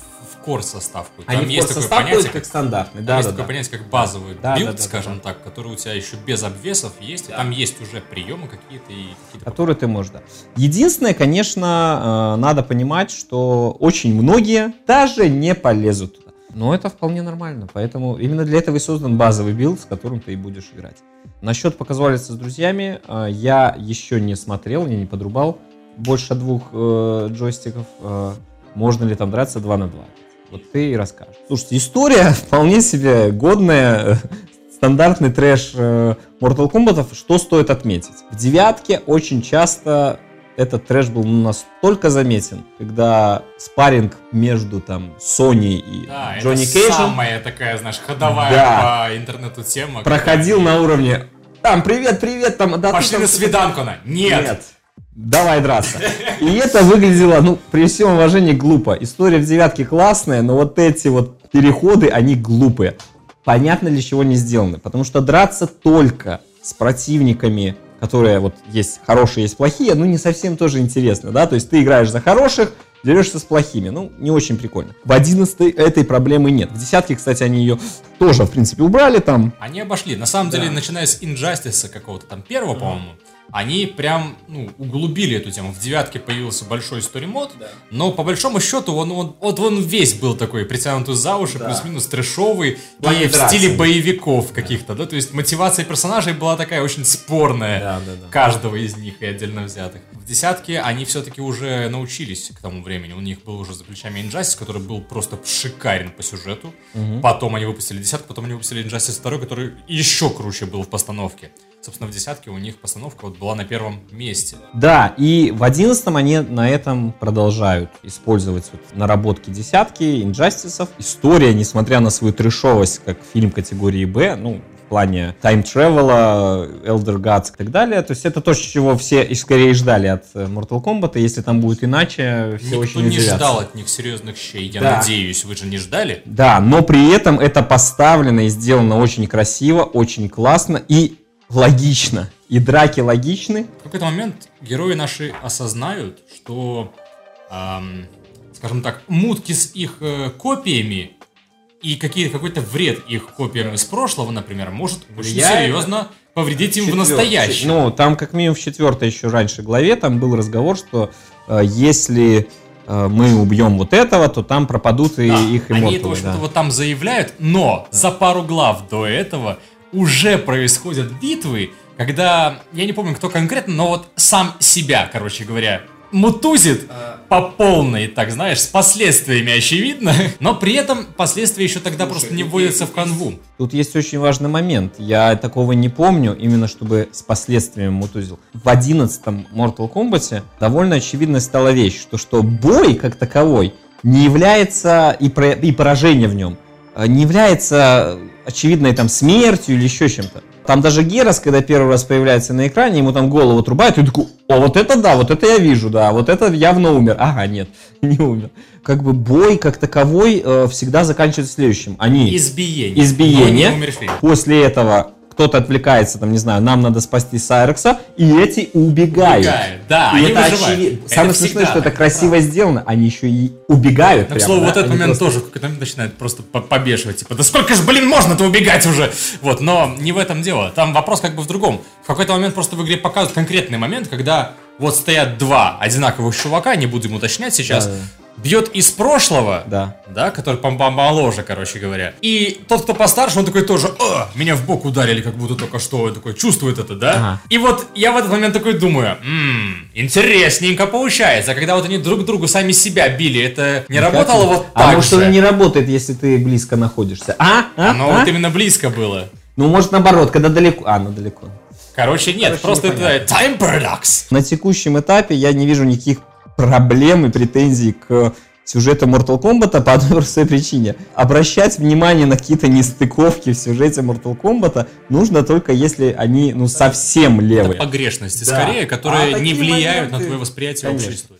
в кор-составку. Там есть такое понятие, как стандартный. Да, есть да, такое да. понятие, как базовый да, билд, да, да, скажем да, да. так, который у тебя еще без обвесов есть, да. И там есть уже приемы какие-то. И какие-то которые ты можешь, да. Единственное, конечно, надо понимать, что очень многие даже не полезут туда. Но это вполне нормально, поэтому именно для этого и создан базовый билд, с которым ты и будешь играть. Насчет показуалиться с друзьями, я еще не смотрел, я не подрубал больше двух э, джойстиков. Э, можно ли там драться два на два? Вот ты и расскажешь. Слушайте, история вполне себе годная, стандартный трэш э, Mortal Kombat. Что стоит отметить? В девятке очень часто этот трэш был настолько заметен, когда спарринг между там Sony и да, Джонни это Кейджем, самая такая, знаешь, ходовая да, по интернету тема. проходил когда... на уровне там, привет, привет, там, да, пошли там, на свиданку, на. Нет. Нет. Давай драться. И это выглядело, ну, при всем уважении, глупо. История в девятке классная, но вот эти вот переходы, они глупые. Понятно, для чего они сделаны. Потому что драться только с противниками, которые вот есть хорошие, есть плохие, ну, не совсем тоже интересно, да? То есть ты играешь за хороших, дерешься с плохими. Ну, не очень прикольно. В одиннадцатой этой проблемы нет. В десятке, кстати, они ее тоже, в принципе, убрали там. Они обошли. На самом да. деле, начиная с Injustice какого-то там первого, mm-hmm. по-моему, они прям, ну, углубили эту тему. В девятке появился большой стори-мод, да. но по большому счету он, он, он, он весь был такой притянутый за уши, да. плюс-минус трэшовый, и в стиле боевиков каких-то, да. да, то есть мотивация персонажей была такая очень спорная, да, да, да. каждого из них и отдельно взятых. В десятке они все-таки уже научились к тому времени, у них был уже за плечами Injustice, который был просто шикарен по сюжету, угу. потом они выпустили десятку, потом они выпустили Injustice два, который еще круче был в постановке. Собственно, в десятке у них постановка вот была на первом месте. Да, и в одиннадцатом они на этом продолжают использовать вот наработки десятки, инжастисов. История, несмотря на свою трэшовость, как фильм категории Б, ну, в плане тайм-тревела, Elder Gods и так далее, то есть это то, чего все и скорее ждали от Mortal Kombat, и если там будет иначе, все Никто очень не удивятся. ждал от них серьезных щей, я да. надеюсь, вы же не ждали? Да, но при этом это поставлено и сделано очень красиво, очень классно и логично. И драки логичны. В какой-то момент герои наши осознают, что, эм, скажем так, мутки с их э, копиями и какие, какой-то вред их копиям из прошлого, например, может очень Я серьезно повредить им Четвер... в настоящем. Ну, там как минимум в четвертой еще раньше главе там был разговор, что э, если э, мы убьем вот этого, то там пропадут и да, их имморталы. Они это, что-то да. вот там заявляют, но да. за пару глав до этого уже происходят битвы, когда, я не помню, кто конкретно, но вот сам себя, короче говоря, мутузит а... по полной, так знаешь, с последствиями очевидно, но при этом последствия еще тогда Слушай, просто не вводятся в канву. Тут есть очень важный момент, я такого не помню, именно чтобы с последствиями мутузил. В одиннадцатом Mortal Kombat довольно очевидной стала вещь, что, что бой как таковой не является, и, про, и поражение в нем, не является очевидной там смертью или еще чем-то. Там даже Герас, когда первый раз появляется на экране, ему там голову отрубают, и такой, о, вот это да, вот это я вижу, да, вот это явно умер. Ага, нет, не умер. Как бы бой как таковой э, всегда заканчивается следующим. Они... Избиение. Избиение. После этого кто-то отвлекается, там, не знаю, нам надо спасти Сайрекса, и эти убегают. Убегают, да, и они это выживают. очевид... это Самое смешное, что это красиво да. сделано, они еще и убегают. К слову, да? вот этот они момент просто... тоже в какой-то момент начинает просто побешивать, типа, да сколько же, блин, можно-то убегать уже? Вот, но не в этом дело, там вопрос как бы в другом. В какой-то момент просто в игре показывают конкретный момент, когда вот стоят два одинаковых чувака, не будем уточнять сейчас, да, да. бьет из прошлого, да, да, который помоложе, короче говоря. И тот, кто постарше, он такой тоже, о, меня в бок ударили, как будто только что, он такой чувствует это, да? Ага. И вот я в этот момент такой думаю, ммм, интересненько получается. А когда вот они друг другу сами себя били, это не Никак работало не. вот так А может, же? оно не работает, если ты близко находишься? А? а? Оно а? вот именно близко было. Ну, может, наоборот, когда далеко. А, ну далеко. Короче, нет, Короче, просто это time paradox. На текущем этапе я не вижу никаких проблем и претензий к сюжету Mortal Kombat по одной простой причине. Обращать внимание на какие-то нестыковки в сюжете Mortal Kombat нужно только если они, ну, совсем левые. Это погрешности, да. скорее, которые а не влияют моменты... на твое восприятие общей истории.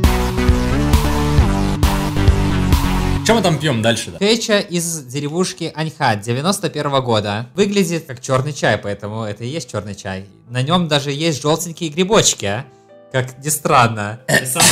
Что мы там пьем дальше? Да? Печа из деревушки Аньхат девяносто первого года. Выглядит как черный чай, поэтому это и есть черный чай. На нем даже есть желтенькие грибочки, а? Как ни странно.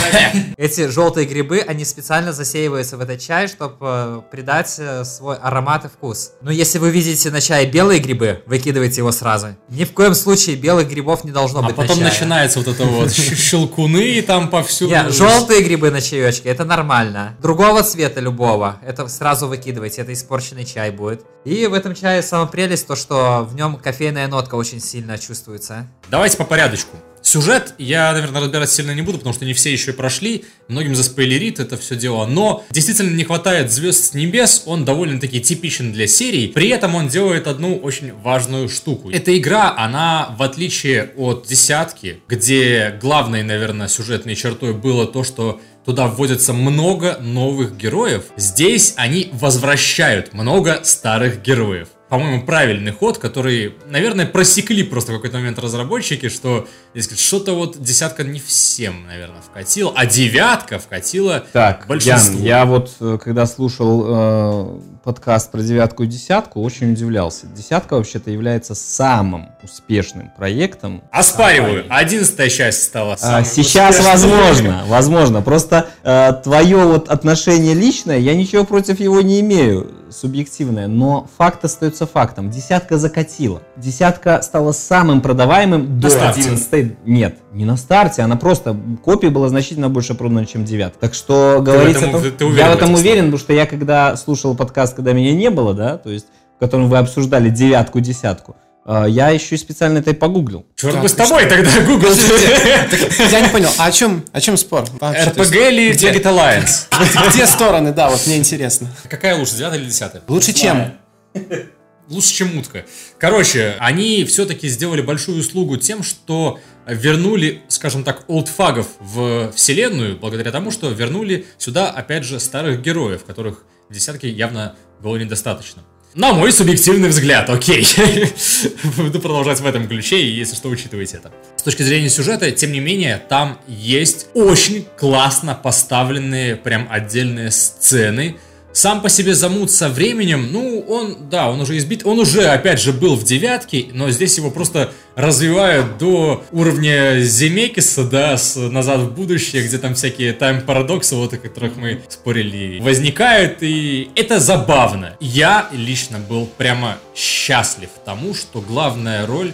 Эти желтые грибы, они специально засеиваются в этот чай, чтобы придать свой аромат и вкус. Но если вы видите на чае белые грибы, выкидывайте его сразу. Ни в коем случае белых грибов не должно быть на чае. А потом начинается вот это вот щелкуны там повсюду. Нет, желтые грибы на чаечке, это нормально. Другого цвета любого, это сразу выкидывайте, это испорченный чай будет. И в этом чае самая прелесть, то что в нем кофейная нотка очень сильно чувствуется. Давайте по порядочку. Сюжет я, наверное, разбирать сильно не буду, потому что не все еще и прошли. Многим заспойлерит это все дело. Но действительно не хватает звезд с небес. Он довольно-таки типичен для серии. При этом он делает одну очень важную штуку. Эта игра, она, в отличие от десятки, где главной, наверное, сюжетной чертой было то, что туда вводится много новых героев, здесь они возвращают много старых героев. По-моему, правильный ход, который, наверное, просекли просто в какой-то момент разработчики, что здесь что-то вот десятка не всем, наверное, вкатила, а девятка вкатила так, большинству. Ян, я вот, когда слушал э, подкаст про девятку и десятку, очень удивлялся. Десятка вообще-то является самым успешным проектом. Оспариваю. Одиннадцатая часть стала самым а, Сейчас успешным. возможно, возможно. Просто э, твое вот отношение личное, я ничего против его не имею, субъективное, но факт остается фактом. Десятка закатила. Десятка стала самым продаваемым до одиннадцатой. Нет, не на старте, она просто копия была значительно больше продана, чем девятка. Так что говорить о том, я в этом уверен, потому что я когда слушал подкаст, когда меня не было, да, то есть в котором вы обсуждали девятку, десятку, я еще и специально это и погуглил. Черт бы с тобой тогда гугл. Я не понял, а о чем, о чем спор? эр пи джи или Jagged Alliance? Где стороны, да, вот мне интересно. Какая лучше, девятая или десятая? Лучше чем? Лучше, чем утка. Короче, они все-таки сделали большую услугу тем, что вернули, скажем так, олдфагов в вселенную, благодаря тому, что вернули сюда, опять же, старых героев, которых в десятке явно было недостаточно. На мой субъективный взгляд, окей. Буду продолжать в этом ключе, и если что, учитывайте это. С точки зрения сюжета, тем не менее, там есть очень классно поставленные прям отдельные сцены. Сам по себе замут со временем, ну, он, да, он уже избит, он уже, опять же, был в девятке, но здесь его просто развивают до уровня Земекиса, да, с «Назад в будущее», где там всякие тайм-парадоксы, вот о которых мы спорили, возникают, и это забавно. Я лично был прямо счастлив тому, что главная роль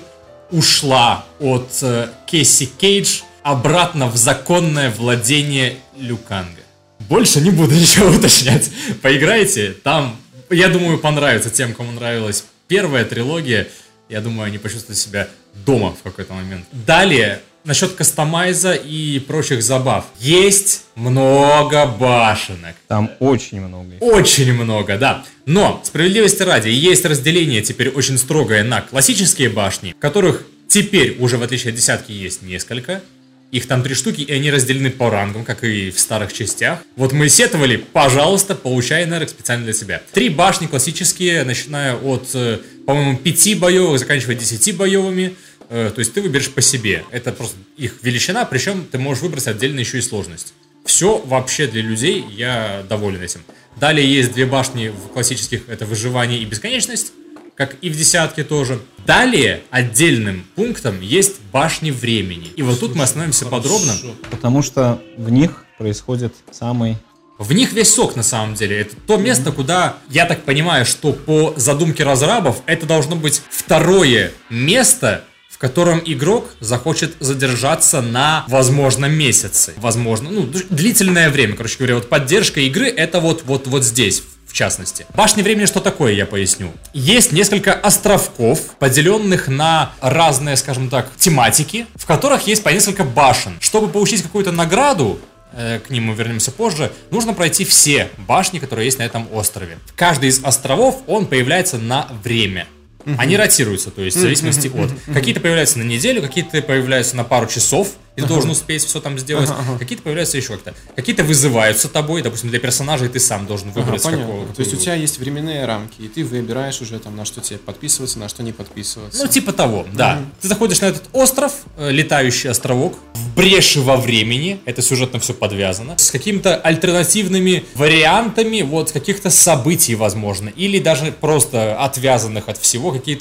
ушла от э, Кэсси Кейдж обратно в законное владение Лю Канга. Больше не буду ничего уточнять. Поиграйте, там, я думаю, понравится тем, кому нравилась первая трилогия. Я думаю, они почувствуют себя дома в какой-то момент. Далее, насчет кастомайза и прочих забав. Есть много башенок. Там очень много. Очень много, да. Но, справедливости ради, есть разделение теперь очень строгое на классические башни, которых теперь уже, в отличие от десятки, есть несколько. Их там три штуки, и они разделены по рангам, как и в старых частях. Вот мы сетовали, пожалуйста, получай энерг специально для себя. Три башни классические, начиная от, по-моему, пяти боевых, заканчивая десяти боевыми. То есть ты выберешь по себе. Это просто их величина, причем ты можешь выбрать отдельно еще и сложность. Все вообще для людей, я доволен этим. Далее есть две башни в классических, это выживание и бесконечность, как и в десятке тоже. Далее отдельным пунктом есть башни времени. И вот тут мы остановимся подробно. Потому что в них происходит самый... В них весь сок, на самом деле. Это то место, куда, я так понимаю, что по задумке разрабов, это должно быть второе место, в котором игрок захочет задержаться на, возможно, месяцы. Возможно, ну, длительное время. Короче говоря, вот поддержка игры это вот, вот, вот здесь. В частности. Башни времени что такое, я поясню. Есть несколько островков, поделенных на разные, скажем так, тематики, в которых есть по несколько башен. Чтобы получить какую-то награду, э, к ним мы вернемся позже, нужно пройти все башни, которые есть на этом острове. Каждый из островов, он появляется на время. Они ротируются, то есть в зависимости от. Какие-то появляются на неделю, какие-то появляются на пару часов, и ты должен успеть все там сделать. Какие-то появляются еще как-то. Какие-то вызываются тобой, допустим, для персонажей ты сам должен выбрать. Ага, какого, то есть у тебя есть временные рамки, и ты выбираешь уже там, на что тебе подписываться, на что не подписываться. Ну, типа того, да. Mm-hmm. Ты заходишь на этот остров, летающий островок, в бреши во времени, это сюжетно все подвязано, с какими-то альтернативными вариантами вот каких-то событий, возможно, или даже просто отвязанных от всего, какие-то вот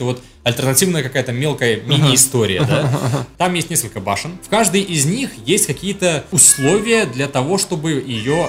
альтернативная какая-то мелкая мини-история, да. Там есть несколько башен. В каждой из них есть какие-то условия для того, чтобы ее...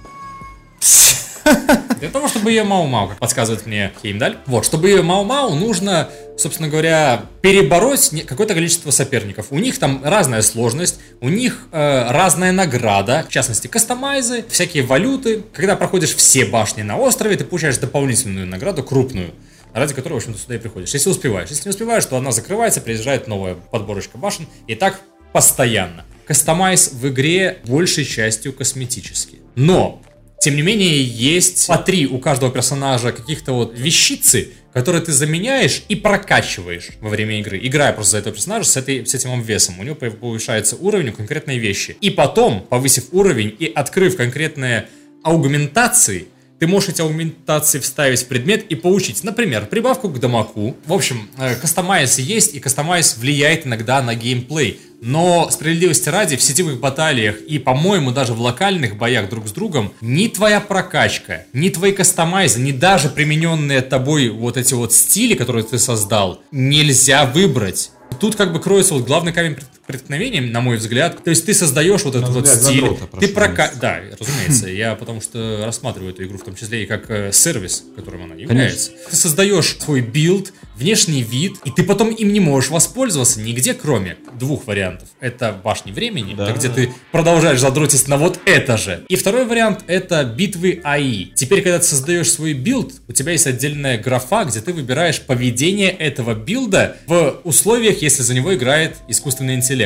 Для того, чтобы ее Мау-Мау, как подсказывает мне Хеймдаль. Вот, чтобы ее Мау-Мау, нужно, собственно говоря, перебороть какое-то количество соперников. У них там разная сложность, у них э, разная награда, в частности, кастомайзы, всякие валюты. Когда проходишь все башни на острове, ты получаешь дополнительную награду, крупную, ради которой, в общем-то, сюда и приходишь. Если успеваешь. Если не успеваешь, то она закрывается, приезжает новая подборочка башен, и так постоянно. Кастомайз в игре большей частью косметический. Но... Тем не менее, есть по три у каждого персонажа каких-то вот вещицы, которые ты заменяешь и прокачиваешь во время игры. Играя просто за этого персонажа с, этой, с этим обвесом. У него повышается уровень у конкретной вещи. И потом, повысив уровень и открыв конкретные аугментации, ты можешь эти аугментации вставить в предмет и получить, например, прибавку к дамаку. В общем, кастомайз есть, и кастомайз влияет иногда на геймплей. Но, справедливости ради, в сетевых баталиях и, по-моему, даже в локальных боях друг с другом, ни твоя прокачка, ни твои кастомайзы, ни даже примененные тобой вот эти вот стили, которые ты создал, нельзя выбрать. Тут как бы кроется вот главный камень преткновения, на мой взгляд. То есть ты создаешь вот этот вот стиль. Ты прока... Да, разумеется. Я потому что рассматриваю эту игру в том числе и как э, сервис, которым она является. Конечно. Ты создаешь свой билд, внешний вид, и ты потом им не можешь воспользоваться нигде, кроме двух вариантов. Это башни времени, да, где ты продолжаешь задротить на вот это же. И второй вариант — это битвы АИ. Теперь, когда ты создаешь свой билд, у тебя есть отдельная графа, где ты выбираешь поведение этого билда в условиях, если за него играет искусственный интеллект.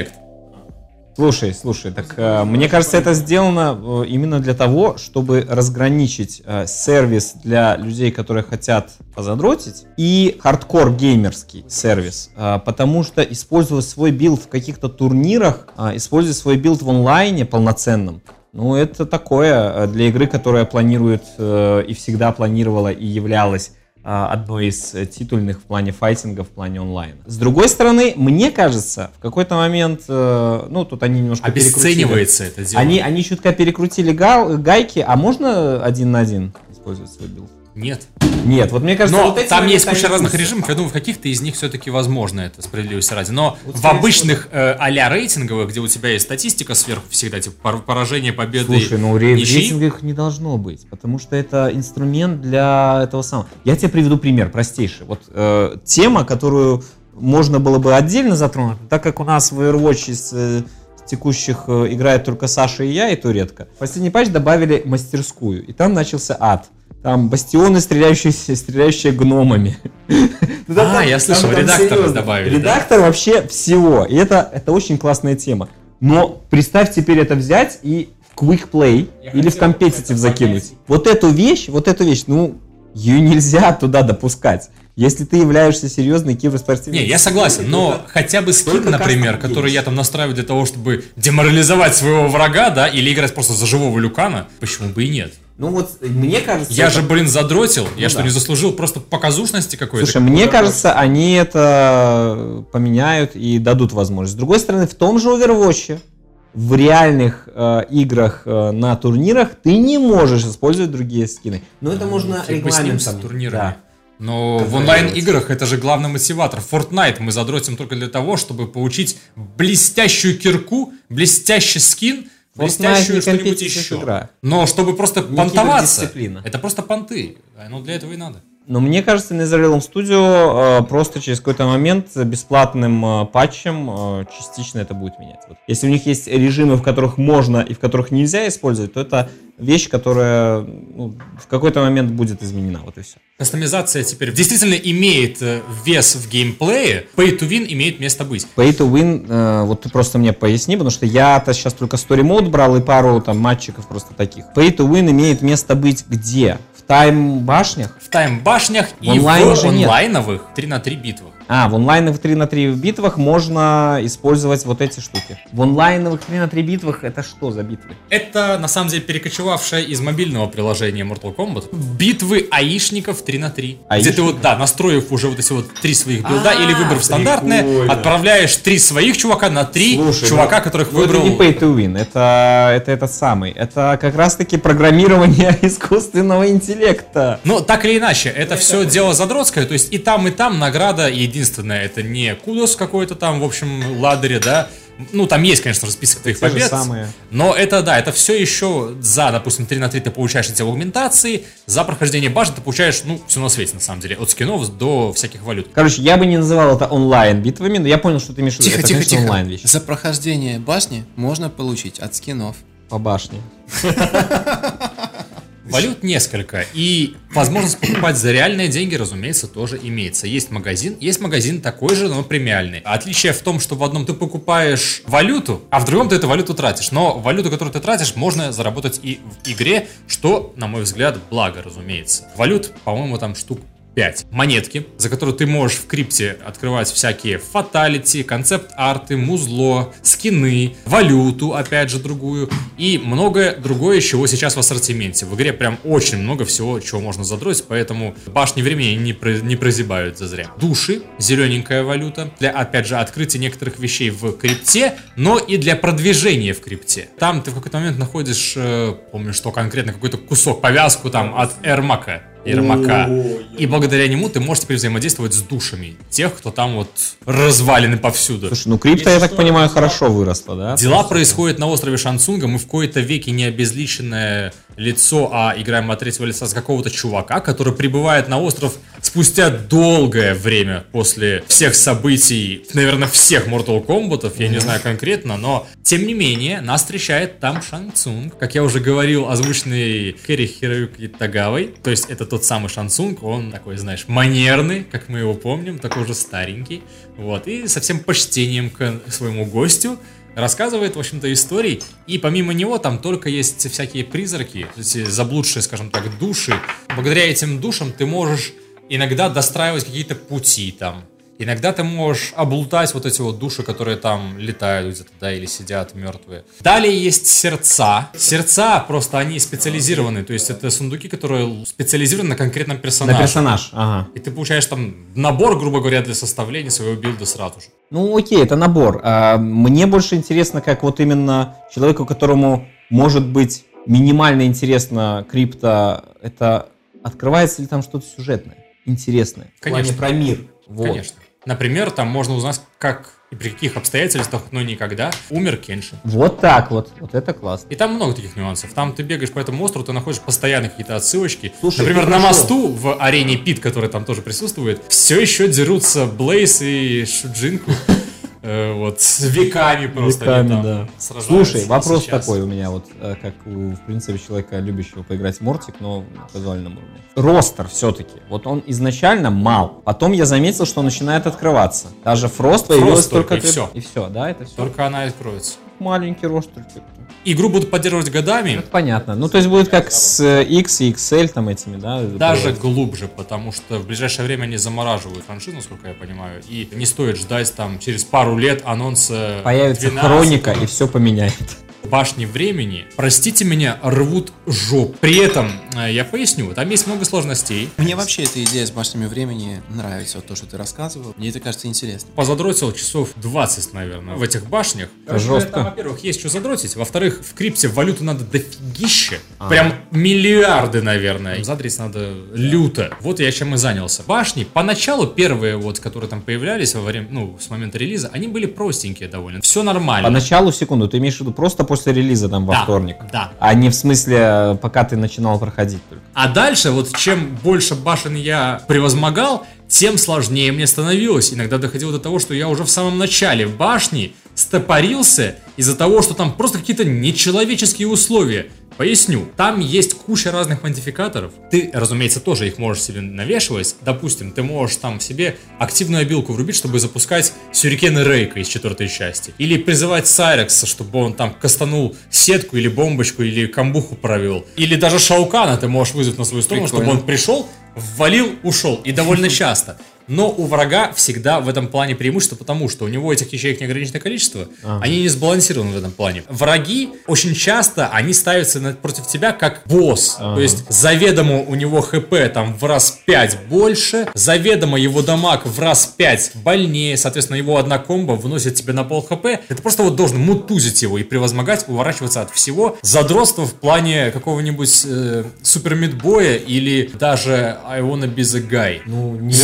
Слушай, слушай, так э, мне кажется, это сделано э, именно для того, чтобы разграничить э, сервис для людей, которые хотят позадротить, и хардкор геймерский сервис, э, потому что используя свой билд в каких-то турнирах, э, используя свой билд в онлайне полноценном, ну это такое для игры, которая планирует э, и всегда планировала и являлась одной из титульных в плане файтинга, в плане онлайна. С другой стороны, мне кажется, в какой-то момент, ну, тут они немножко обесценивается это дело. Они, они чутка перекрутили гал, гайки, а можно один на один использовать свой билд? Нет. Нет, вот мне кажется, но вот эти там есть куча разных вкусы. режимов, я думаю, в каких-то из них все-таки возможно это, справедливости ради. Но вот в обычных э, а-ля рейтинговых, где у тебя есть статистика сверху всегда, типа поражение, победы, слушай, ну ре- рейтинговых не должно быть, потому что это инструмент для этого самого. Я тебе приведу пример простейший. Вот э, тема, которую можно было бы отдельно затронуть, так как у нас в Overwatch из э, текущих э, играет только Саша и я, и то редко. В последний патч добавили мастерскую, и там начался ад. Там бастионы, стреляющие, стреляющие гномами. А, я слышал, редактор добавили. Редактор вообще всего. И это, это очень классная тема. Но представь теперь это взять и в Quick Play или в Competitive закинуть. Вот эту вещь, вот эту вещь, ну, ее нельзя туда допускать. Если ты являешься серьезной киберспортивной... Не, я согласен, но хотя бы скин, например, который я там настраиваю для того, чтобы деморализовать своего врага, да, или играть просто за живого люкана, почему бы и нет? Ну вот, мне кажется... Я это... же, блин, задротил, я ну, что, да. не заслужил просто показушности какой-то? Слушай, мне кажется, они это поменяют и дадут возможность. С другой стороны, в том же Overwatch, в реальных э, играх э, на турнирах ты не можешь использовать другие скины. Но это можно регламентом. Да. Но как в онлайн-играх это же главный мотиватор. Fortnite мы задротим только для того, чтобы получить блестящую кирку, блестящий скин, блестящую что-нибудь еще. Игра. Но чтобы просто не понтоваться, это просто понты. Ну для этого и надо. Но мне кажется, NetherRealm Studio э, просто через какой-то момент бесплатным э, патчем э, частично это будет менять. Вот. Если у них есть режимы, в которых можно и в которых нельзя использовать, то это вещь, которая ну, в какой-то момент будет изменена. Вот и все. Кастомизация теперь действительно имеет вес в геймплее. Pay to win имеет место быть. Pay to win, э, вот ты просто мне поясни, потому что я-то сейчас только Story Mode брал и пару там матчиков просто таких. Pay to win имеет место быть где? В тайм-башнях? В тайм-башнях и в онлайновых три на три битвах. А, в онлайновых три на три битвах можно использовать вот эти штуки. В онлайновых три на три битвах это что за битвы? Это, на самом деле, перекочевавшая из мобильного приложения Mortal Kombat битвы аишников три на три. Аишников? Где ты вот, да, настроив уже вот эти вот три своих билда или выбрав стандартное, отправляешь три своих чувака на три Слушай, чувака, ну, которых выбрал... Это не pay to win, это, это этот самый. Это как раз-таки программирование искусственного интеллекта. Ну, так или иначе, это все дело задротское, то есть и там, и там награда и единственное, это не Кудос какой-то там, в общем, ладере, да. Ну, там есть, конечно, список твоих те же побед, самые. но это, да, это все еще за, допустим, три на три ты получаешь эти аугментации, за прохождение башни ты получаешь, ну, все на свете, на самом деле, от скинов до всяких валют. Короче, я бы не называл это онлайн-битвами, но я понял, что ты имеешь в виду. Тихо, это, тихо, конечно, тихо. онлайн-вещь. За прохождение башни можно получить от скинов. По башне. Валют несколько, и возможность покупать за реальные деньги, разумеется, тоже имеется. Есть магазин, есть магазин такой же, но премиальный. Отличие в том, что в одном ты покупаешь валюту, а в другом ты эту валюту тратишь. Но валюту, которую ты тратишь, можно заработать и в игре, что, на мой взгляд, благо, разумеется. Валют, по-моему, там штук пять. Монетки, за которые ты можешь в крипте открывать всякие фаталити, концепт-арты, музло, скины, валюту, опять же, другую, и многое другое, чего сейчас в ассортименте. В игре прям очень много всего, чего можно задротить, поэтому башни времени не, про, не прозябают зазря. Души, зелененькая валюта, для, опять же, открытия некоторых вещей в крипте, но и для продвижения в крипте. Там ты в какой-то момент находишь, э, помню, что конкретно, какой-то кусок, повязку там от Эрмака. Ермака. И благодаря нему ты можешь теперь взаимодействовать с душами тех, кто там вот развалены повсюду. Слушай, ну крипта, я так понимаю, хорошо выросла, да? Дела происходят на острове Шансунга. Мы в кои-то веке не обезличенное лицо, а играем от третьего лица с какого-то чувака, который прибывает на остров спустя долгое время после всех событий, наверное, всех Mortal Kombat'ов, я не знаю конкретно, но тем не менее нас встречает там Шансунг, как я уже говорил, озвученный Кэри Хироюки Тагавой, то есть это тот самый Шансунг, он такой, знаешь, манерный, как мы его помним, такой уже старенький, вот, и со всем почтением к своему гостю рассказывает, в общем-то, истории, и помимо него там только есть всякие призраки, эти заблудшие, скажем так, души. Благодаря этим душам ты можешь иногда достраивать какие-то пути там. Иногда ты можешь облутать вот эти вот души, которые там летают где-то, да, или сидят мертвые. Далее есть сердца. Сердца просто они специализированы, то есть это сундуки, которые специализированы на конкретном персонаже. На персонаж, ага. И ты получаешь там набор, грубо говоря, для составления своего билда сразу же. Ну окей, это набор. А мне больше интересно, как вот именно человеку, которому может быть минимально интересно крипто, это открывается ли там что-то сюжетное, интересное? Конечно. В плане про мир. Вот. Конечно. Например, там можно узнать, как и при каких обстоятельствах, но никогда, умер Кеншин. Вот так вот. Вот это классно. И там много таких нюансов. Там ты бегаешь по этому острову, ты находишь постоянно какие-то отсылочки. Слушай, например, на хорошо. мосту в арене Пит, который там тоже присутствует, все еще дерутся Блейз и Шуджинку. Вот, с веками просто. Веками, там да. сражаются. Слушай, вопрос сейчас. такой у меня, вот как у, в принципе, человека, любящего поиграть в Мортик, но на казуальном уровне. Ростер все-таки, вот он изначально мал. Потом я заметил, что он начинает открываться. Даже Фрост появилась только... только, и три- все. И все, да, это все. Только она и откроется. Маленький ростер. Типа. Игру будут поддерживать годами. Это понятно. Ну, то есть будет как с X и икс эль там этими, да? Даже глубже, потому что в ближайшее время они замораживают франшизу, насколько я понимаю, и не стоит ждать там через пару лет анонса Появится двенадцать хроника и все поменяет. Башни времени, простите меня, рвут жоп. При этом, э, я поясню, там есть много сложностей. Мне вообще эта идея с башнями времени нравится, вот то, что ты рассказывал. Мне это кажется интересно. Позадротил часов двадцать, наверное, в этих башнях. Жестко. Там, во-первых, есть что задротить. Во-вторых, в крипте валюту надо дофигища. А. Прям миллиарды, наверное. Задрить надо люто. Вот я чем и занялся. Башни, поначалу первые, вот, которые там появлялись во время, ну, с момента релиза, они были простенькие довольно. Все нормально. Поначалу, секунду, ты имеешь в виду просто после релиза там во Да, вторник? да. А не в смысле, пока ты начинал проходить только? А дальше, вот чем больше башен я превозмогал, тем сложнее мне становилось. Иногда доходило до того, что я уже в самом начале башни стопорился из-за того, что там просто какие-то нечеловеческие условия. Поясню, там есть куча разных модификаторов. Ты, разумеется, тоже их можешь себе навешивать. Допустим, ты можешь там себе активную обилку врубить, чтобы запускать сюрикены Рейка из четвертой части. Или призывать Сайрекса, чтобы он там кастанул сетку или бомбочку, или камбуху провел. Или даже Шаукана ты можешь вызвать на свою сторону, Прикольно. чтобы он пришел, ввалил, ушел. И довольно часто. Но у врага всегда в этом плане преимущество, потому что у него этих ячеек неограниченное количество, ага. Они не сбалансированы в этом плане. Враги очень часто, они ставятся на, против тебя как босс. Ага. То есть заведомо у него хп там в раз пять больше, заведомо его дамаг в раз пять больнее, соответственно, его одна комбо выносит тебе на пол хп. Это просто вот должен мутузить его и превозмогать, уворачиваться от всего. Задротство в плане какого-нибудь э, супер мидбоя или даже I wanna be the guy. Ну, нет, слушай,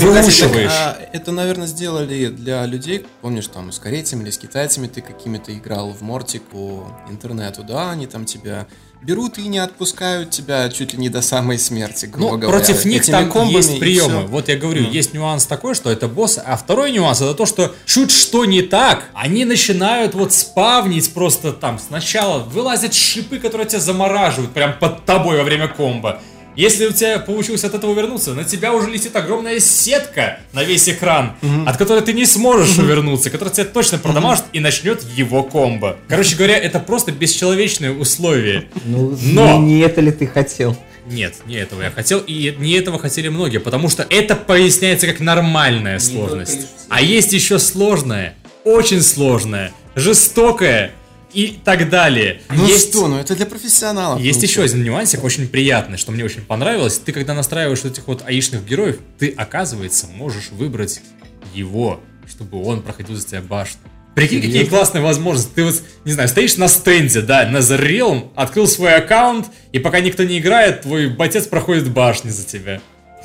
выушиваешь. А, это, наверное, сделали для людей, помнишь, там, с корейцами или с китайцами ты какими-то играл в мортик по интернету, да, они там тебя берут и не отпускают тебя чуть ли не до самой смерти, грубо ну, говоря. Против них Этими там есть приемы. Все. Вот я говорю, Mm. есть нюанс такой, что это босс, а второй нюанс это то, что чуть что не так, они начинают вот спавнить просто там сначала, вылазят шипы, которые тебя замораживают прям под тобой во время комбо. Если у тебя получилось от этого увернуться, на тебя уже летит огромная сетка на весь экран, mm-hmm. от которой ты не сможешь mm-hmm. увернуться, которая тебя точно продамажит mm-hmm. и начнет его комбо. Короче говоря, это просто бесчеловечные условия. Ну, Но... не это ли ты хотел? Нет, не этого я хотел, и не этого хотели многие, потому что это поясняется как нормальная сложность. А есть еще сложная, очень сложная, жестокая и так далее. Ну есть... что, ну это для профессионалов. Есть ну, еще один нюансик, очень приятный, что мне очень понравилось. Ты, когда настраиваешь этих вот аишных героев, ты, оказывается, можешь выбрать его, чтобы он проходил за тебя башню. Прикинь, какие классные возможности. Ты вот, не знаю, стоишь на стенде, да, на The Realm, открыл свой аккаунт, и пока никто не играет, твой ботец проходит башни за тебя.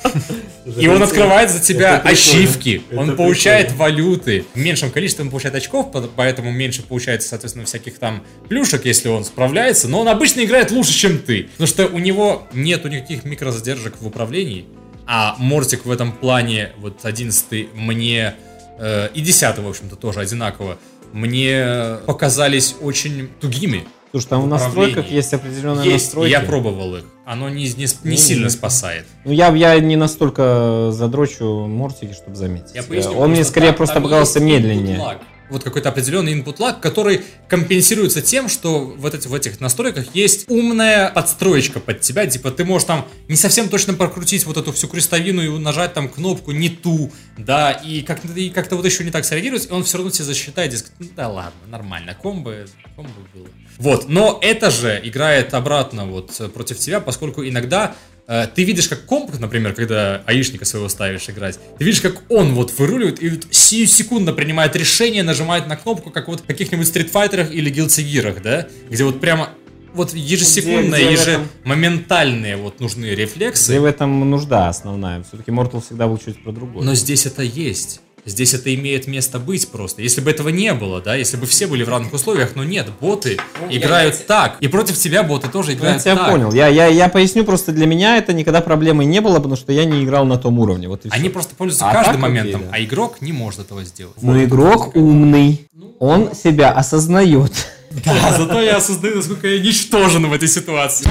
И он открывает за тебя ачивки, он получает валюты. В меньшем количестве он получает очков, поэтому меньше получается, соответственно, всяких там плюшек, если он справляется. Но он обычно играет лучше, чем ты. Потому что у него нету никаких микрозадержек в управлении. А Мортик в этом плане, вот одиннадцатый мне, э, и десятый, в общем-то, тоже одинаково, мне показались очень тугими. Слушай, там в настройках есть определенные есть, настройки. Я пробовал их. Оно не, не, не сильно спасает. Ну, я, я не настолько задрочу Мортики, чтобы заметить. Я поясню, Он мне скорее там, просто там показался медленнее. Вот какой-то определенный input lag, который компенсируется тем, что вот эти, в этих настройках есть умная подстроечка под тебя. Типа ты можешь там не совсем точно прокрутить вот эту всю крестовину и нажать там кнопку не ту, да, и как-то, и как-то вот еще не так среагировать, и он все равно тебе засчитает, дескать, ну да ладно, нормально, комбо, комбо было. Вот, но это же играет обратно вот против тебя, поскольку иногда э, ты видишь, как комп, например, когда аишника своего ставишь играть, ты видишь, как он вот выруливает и вот сиюсекундно принимает решение, нажимает на кнопку, как вот в каких-нибудь стритфайтерах или Guilty Gear'ах, да, где вот прямо вот ежесекундные, ежемоментальные вот нужны рефлексы. Где в этом нужда основная, все-таки Mortal всегда был чуть про другое. Но здесь это есть. Здесь это имеет место быть просто. Если бы этого не было, да, если бы все были в равных условиях, но нет, боты ну, играют я, так. И против тебя боты тоже играют я так. Я понял. Я, я, я поясню, просто для меня это никогда проблемой не было, потому что я не играл на том уровне. Вот и Они все. просто пользуются а каждым моментом, окей, да. А игрок не может этого сделать. Ну, вот игрок умный. Ну, он себя осознает. Да, зато я осознаю, насколько я ничтожен в этой ситуации.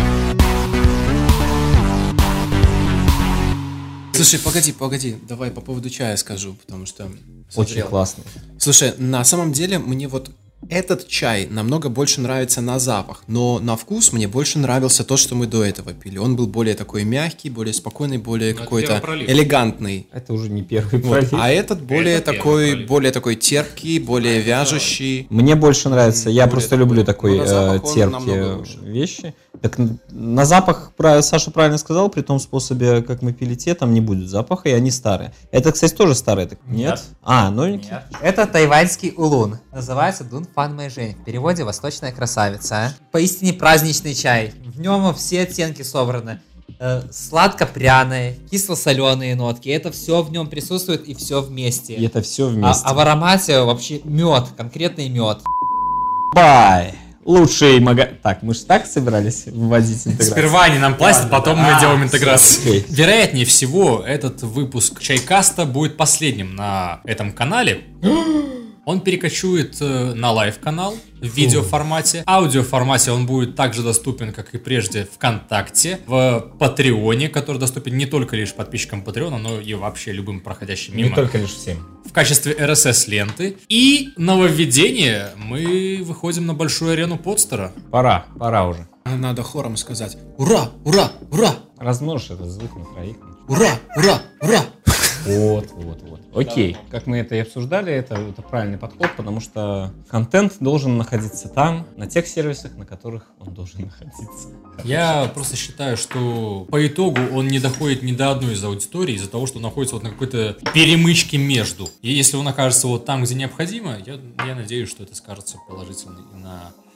Слушай, погоди, погоди, давай по поводу чая скажу, потому что... Очень смотрел. Классно. Слушай, на самом деле мне вот этот чай намного больше нравится на запах, но на вкус мне больше нравился то, что мы до этого пили. Он был более такой мягкий, более спокойный, более но какой-то элегантный. Это уже не первый вот. пролив. А этот более это такой, более такой терпкий, более а вяжущий. Мне больше нравится, я просто такой, люблю такой э, терпкие вещи. Так на запах, Саша правильно сказал, при том способе, как мы пили те, там не будет запаха, и они старые. Это, кстати, тоже старые, так? Нет? Нет. А, новенькие? Нет. Это тайваньский улун. Называется Дун Фан Мэйжэнь. В переводе «Восточная красавица». Поистине праздничный чай. В нем все оттенки собраны. Э, сладко-пряные, кисло-соленые нотки. Это все в нем присутствует и все вместе. И это все вместе. А, а в аромате вообще мед, конкретный мед. Бай! Лучший магазин. Так, мы же так собирались вводить интеграцию. Сперва они нам платят, да, потом да, мы да. делаем интеграцию. Okay. Вероятнее всего, этот выпуск Чайкаста будет последним на этом канале. Он перекочует на лайв-канал в видеоформате. В аудиоформате он будет также доступен, как и прежде, ВКонтакте, в Патреоне, который доступен не только лишь подписчикам Патреона, но и вообще любым проходящим мимо. Не только лишь всем. В качестве эр эс эс-ленты. И нововведение. Мы выходим на большую арену Подстера. Пора, пора уже. Надо хором сказать: ура, ура, ура! Размножь этот звук на троих. Ура, ура, ура! Вот, вот, вот. Окей. Как мы это и обсуждали, это, это правильный подход, потому что контент должен находиться там, на тех сервисах, на которых он должен находиться. Я просто считаю, что по итогу он не доходит ни до одной из аудиторий из-за того, что он находится вот на какой-то перемычке между. И если он окажется вот там, где необходимо, я, я надеюсь, что это скажется положительно и на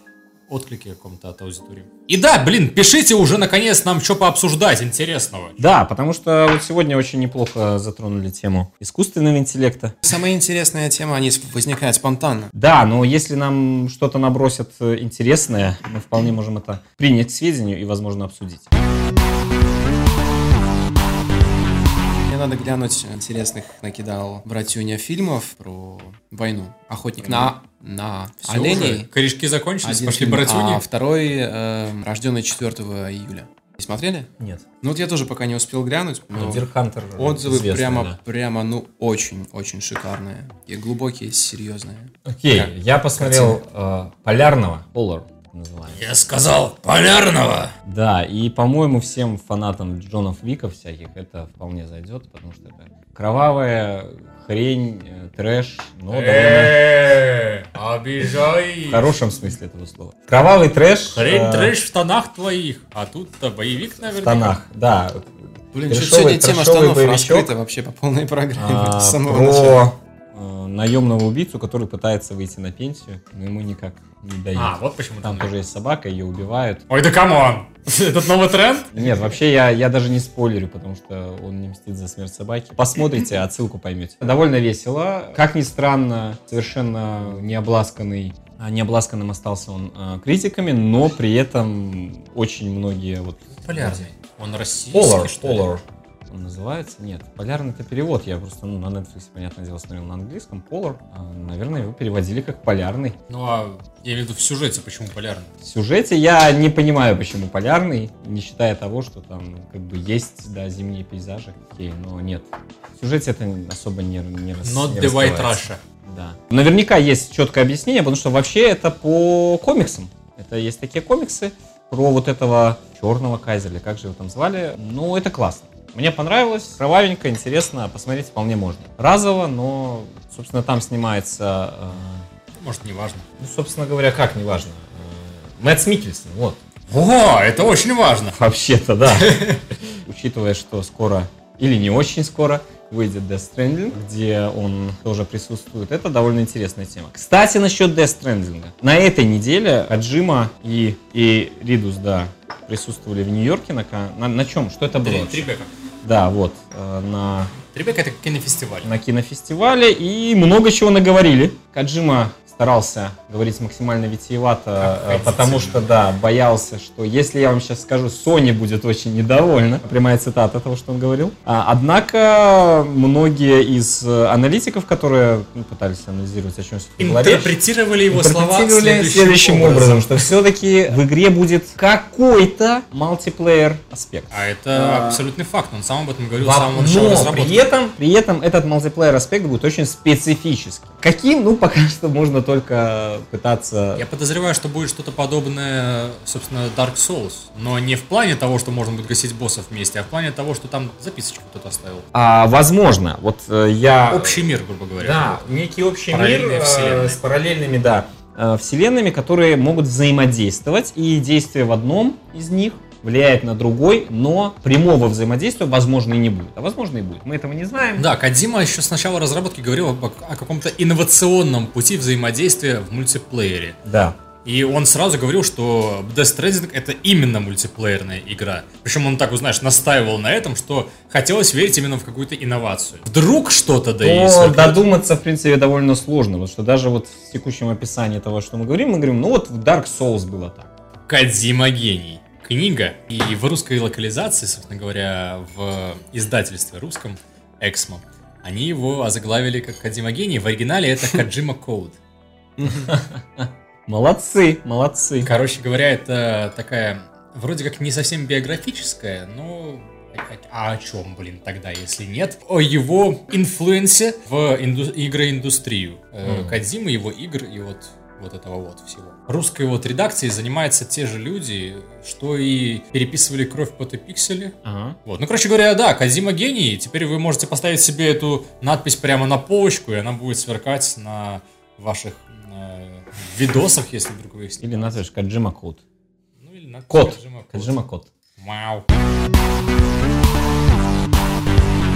отклике каком-то от аудитории. И да, блин, пишите уже наконец нам что пообсуждать интересного. Да, потому что вот сегодня очень неплохо затронули тему искусственного интеллекта. Самая интересная тема, они возникают спонтанно. Да, но если нам что-то набросят интересное, мы вполне можем это принять к сведению и, возможно, обсудить. Мне надо глянуть, интересных накидал братюня фильмов про войну. «Охотник на, на Все оленей». уже. Корешки закончились, Один пошли фильм, братюни. а второй э, «Рожденный четвёртого июля». Не смотрели? Нет. Ну вот я тоже пока не успел глянуть, но Дир Хантер отзывы известный, прямо, да. прямо, ну, очень-очень шикарные. И глубокие, серьезные. Окей, Как? я посмотрел э, «Полярного», «Polar» называется. Я сказал полярного. Да, и, по-моему, всем фанатам Джонов Виков всяких это вполне зайдет, потому что это кровавая хрень, э, трэш, но довольно... Э, обижай. В хорошем смысле этого слова. Кровавый трэш. Хрень э, трэш в тонах твоих, а тут-то боевик, в наверное. тонах, да. Блин, Трэшовый- сегодня тема трэшовый штанов боевичок. раскрыта вообще по полной программе. А, с самого начала. про э, наемного убийцу, который пытается выйти на пенсию, но ему никак не дают. А, вот почему Там там. тоже есть собака, ее убивают. Ой, да камон! Этот новый тренд? Нет, вообще я, я даже не спойлерю, потому что он не мстит за смерть собаки. Посмотрите, отсылку поймете. Довольно весело. Как ни странно, совершенно необласканный, а, необласканным остался он а, критиками, но при этом очень многие... Вот, Полярный. Он российский, Polar, что ли? Polar. Он называется? Нет, полярный это перевод. Я просто ну, на Netflix, понятное дело, смотрел на английском. Polar. А, наверное, его переводили как полярный. Ну, а я имею в виду в сюжете, почему полярный? В сюжете я не понимаю, почему полярный, не считая того, что там как бы есть, да, зимние пейзажи, окей, но нет. В сюжете это особо не, не, рас, Not не the white раскрывается. Russia. Да. Наверняка есть четкое объяснение, потому что вообще это по комиксам. Это есть такие комиксы про вот этого черного кайзера, или как же его там звали. Ну, это классно. Мне понравилось, кровавенько, интересно, посмотреть вполне можно. Разово, но, собственно, там снимается... Э, Может, не важно. ну, собственно говоря, как, неважно. Э, Мэтт Миккельсон, вот. О, это очень важно. Вообще-то, да. Учитывая, что скоро, или не очень скоро, выйдет Death Stranding, где он тоже присутствует. Это довольно интересная тема. Кстати, насчет Death Stranding. На этой неделе Аджима и, и Ридус, да, присутствовали в Нью-Йорке. На, на, на чем? Что это было? Трибека. Да, вот. э, На, Трибека — это кинофестиваль. на кинофестивале. И много чего наговорили. Каджима старался говорить максимально витиевато, Как э, потому что, да, боялся, что если я вам сейчас скажу, Sony будет очень недовольна. Прямая цитата того, что он говорил. А, однако многие из э, аналитиков, которые ну, пытались анализировать, о чем все говорят, Интерпретировали его слова интерпретировали следующим, следующим образом, что все-таки в игре будет какой-то мультиплеер аспект. А это А, абсолютный факт. Он сам об этом говорил с Во- самого начала Но разработки. при этом, при этом этот мультиплеер аспект будет очень специфический. Каким? Ну, пока что можно только пытаться... Я подозреваю, что будет что-то подобное, собственно, Dark Souls. Но не в плане того, что можно будет гасить боссов вместе, а в плане того, что там записочку кто-то оставил. А, возможно. Вот э, я... Общий мир, грубо говоря. Да, некий общий Параллельные мир э, вселенные. с параллельными, да, э, вселенными, которые могут взаимодействовать, и действие в одном из них влияет на другой, но прямого взаимодействия, возможно, и не будет. А возможно, и будет. Мы этого не знаем. Да, Кодзима еще с начала разработки говорил о, о каком-то инновационном пути взаимодействия в мультиплеере. Да. И он сразу говорил, что Death Stranding — это именно мультиплеерная игра. Причем он так, вот, знаешь, настаивал на этом, что хотелось верить именно в какую-то инновацию. Вдруг что-то да и Но сверкнет. додуматься, в принципе, довольно сложно. Вот что даже вот в текущем описании того, что мы говорим, мы говорим, ну вот в Dark Souls было так. Кодзима гений. Книга, и в русской локализации, собственно говоря, в издательстве русском Эксмо, они его озаглавили как Кодзима гений. В оригинале это Коджима Код. Молодцы, молодцы. Короче говоря, это такая, вроде как не совсем биографическая, но... А о чем, блин, тогда, если нет? О его инфлюенсе в инду- игроиндустрию. Mm. Кодзимы, его игр и вот, вот этого вот всего. Русской вот редакцией занимаются те же люди, что и переписывали «Кровь, пот и пиксели». Ага. Вот. Ну, короче говоря, да, Кодзима гений. Теперь вы можете поставить себе эту надпись прямо на полочку, и она будет сверкать на ваших э, видосах, если вдруг вы их Или назовешь Коджима Код. Ну, или надпись Код. Коджима Код. Коджима Код. Вау.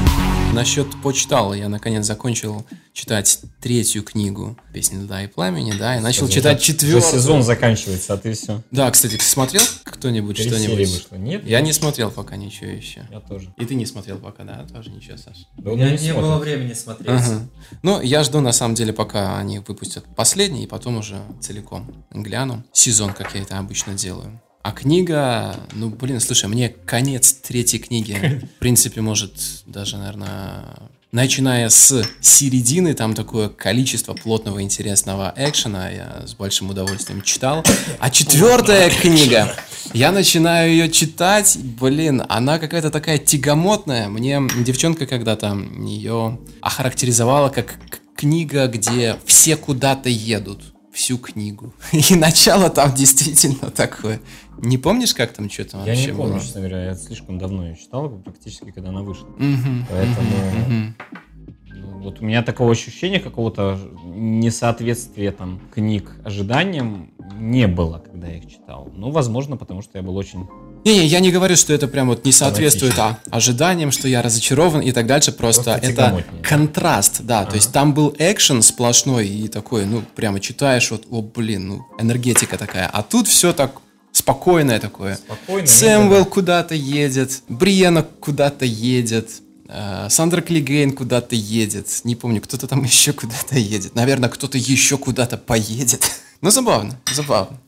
Насчет почитал, я наконец закончил читать третью книгу «Песни льда и пламени», да, и начал читать четвертую. Уже сезон заканчивается, а ты все. Да, кстати, смотрел кто-нибудь Три что-нибудь? серии вышло. Нет? Я не смотрел пока ничего еще. Я тоже. И ты не смотрел пока, да? Тоже ничего, Саша. Да У он меня не не смотрит. было времени смотреть. Ага. Ну, я жду, на самом деле, пока они выпустят последний, и потом уже целиком гляну. Сезон, как я это обычно делаю. А книга, ну, блин, слушай, мне конец третьей книги, в принципе, может, даже, наверное, начиная с середины, там такое количество плотного интересного экшена, я с большим удовольствием читал. А четвертая книга, я начинаю ее читать, блин, она какая-то такая тягомотная. Мне девчонка когда-то ее охарактеризовала как книга, где все куда-то едут. Всю книгу. И начало там действительно такое. Не помнишь, как там что-то Я вообще не помню, было? честно говоря, я слишком давно ее читал, практически когда она вышла. Мгм, Поэтому мгм, мгм. ну, вот у меня такого ощущения какого-то несоответствия там книг ожиданиям не было, когда я их читал. Ну, возможно, потому что я был очень... Не-не, я не говорю, что это прям вот не соответствует а, ожиданиям, что я разочарован и так дальше. Просто, Просто это тягомотнее. контраст, да. Ага. То есть там был экшен сплошной и такой, ну, прямо читаешь, вот, о, блин, ну, энергетика такая. А тут все так спокойное такое. Спокойно. Сэмвелл куда-то едет, Бриена куда-то едет, э, Сандра Клигейн куда-то едет. Не помню, кто-то там еще куда-то едет. Наверное, кто-то еще куда-то поедет. Ну, забавно, забавно.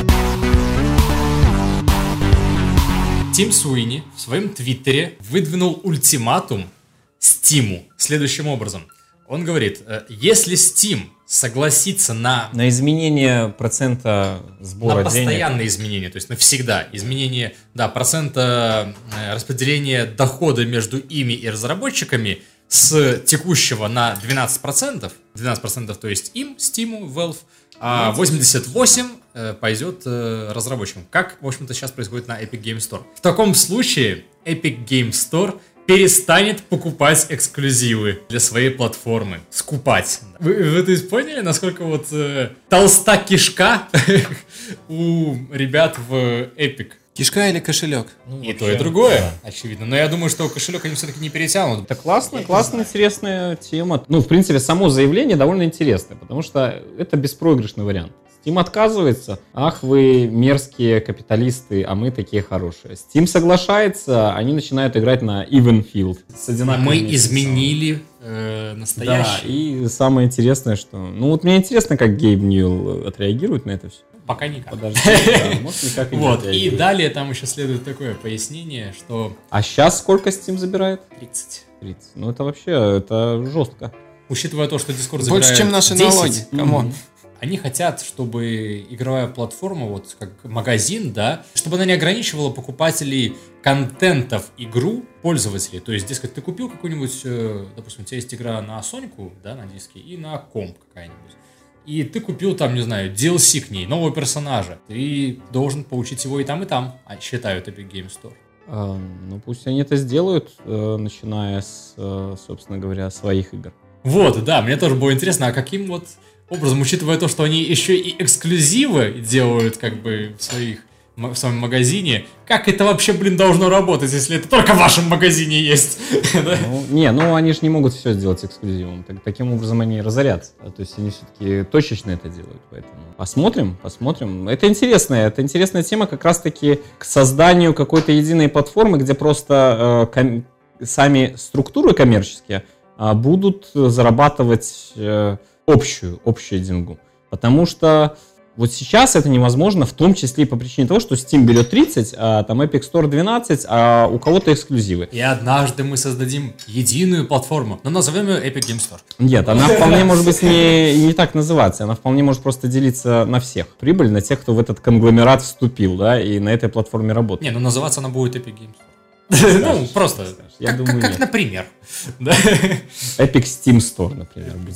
Тим Суини в своем твиттере выдвинул ультиматум Стиму следующим образом. Он говорит, э, если Steam согласится на, На изменение процента сбора на денег. постоянные изменения, то есть навсегда, изменение, да, процента э, распределения дохода между ими и разработчиками с текущего на двенадцать процентов, двенадцать процентов, то есть им, Steam, Valve, а восемьдесят восемь процентов э, пойдет э, разработчикам, как, в общем-то, сейчас происходит на Epic Game Store. В таком случае Epic Game Store перестанет покупать эксклюзивы для своей платформы. Скупать. Вы, вы то есть поняли, насколько вот э, толста кишка у ребят в Epic? Кишка или кошелек? Ну, И вообще, то, и другое, да. очевидно. Но я думаю, что кошелек они все-таки не перетянут. Это классно, классная, интересная тема. Ну, в принципе, само заявление довольно интересное, потому что это беспроигрышный вариант. Steam отказывается. Ах, вы мерзкие капиталисты, а мы такие хорошие. Steam соглашается, они начинают играть на even field. С одинаковыми Мы функционалами. изменили э, Да, настоящее. и самое интересное, что... Ну, вот мне интересно, как Гейб Ньюэлл отреагирует на это все. Пока никак. Подожди, да, может, никак и не Вот, и отреагирует. далее там еще следует такое пояснение, что А сейчас сколько Steam забирает? тридцать. тридцать. Ну, это вообще, это жестко. Учитывая то, что Discord забирает Больше, чем наши десять, налоги. Камон. они хотят, чтобы игровая платформа, вот как магазин, да, чтобы она не ограничивала покупателей контента в игру пользователей. То есть, дескать, ты купил какую-нибудь, э, допустим, у тебя есть игра на Соньку, да, на диске, и на комп какая-нибудь. И ты купил там, не знаю, ди эл си к ней, нового персонажа. Ты должен получить его и там, и там, а считают Epic Game Store. А, ну, пусть они это сделают, э, начиная с, э, собственно говоря, своих игр. Вот, да, мне тоже было интересно, а каким вот образом, учитывая то, что они еще и эксклюзивы делают как бы в своих в своем магазине, как это вообще, блин, должно работать, если это только в вашем магазине есть? Ну, не, ну они же не могут все сделать эксклюзивом. Так, таким образом они разорятся. То есть они все-таки точечно это делают. Поэтому посмотрим, посмотрим. Это интересно. Это интересная тема как раз-таки к созданию какой-то единой платформы, где просто э, ком- сами структуры коммерческие э, будут зарабатывать э, общую, общую деньгу. Потому что вот сейчас это невозможно, в том числе и по причине того, что Steam берет тридцать, а там Epic Store двенадцать, а у кого-то эксклюзивы. И однажды мы создадим единую платформу, но назовем ее Epic Game Store. Нет, она вполне может быть не, не так называться, она вполне может просто делиться на всех. Прибыль на тех, кто в этот конгломерат вступил, да, и на этой платформе работает. Не, ну называться она будет Epic Game Store. Ну, просто, Я как, думаю, как, нет. например. Да. Epic Steam Store, например, будет.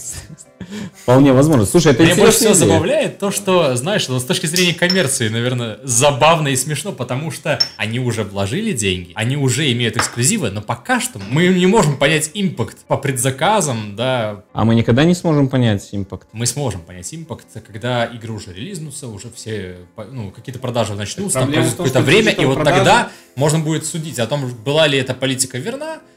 Вполне возможно. Слушай, это Меня больше интересная всего идея. забавляет то, что, знаешь, вот с точки зрения коммерции, наверное, забавно и смешно, потому что они уже вложили деньги, они уже имеют эксклюзивы, но пока что мы не можем понять импакт по предзаказам, да. А мы никогда не сможем понять импакт. Мы сможем понять импакт, когда игры уже релизнутся, уже все, ну, какие-то продажи начнутся, там проблема пройдет в том, какое-то что время, и диджитал вот продажи- тогда можно будет судить о том, была ли эта политика верна,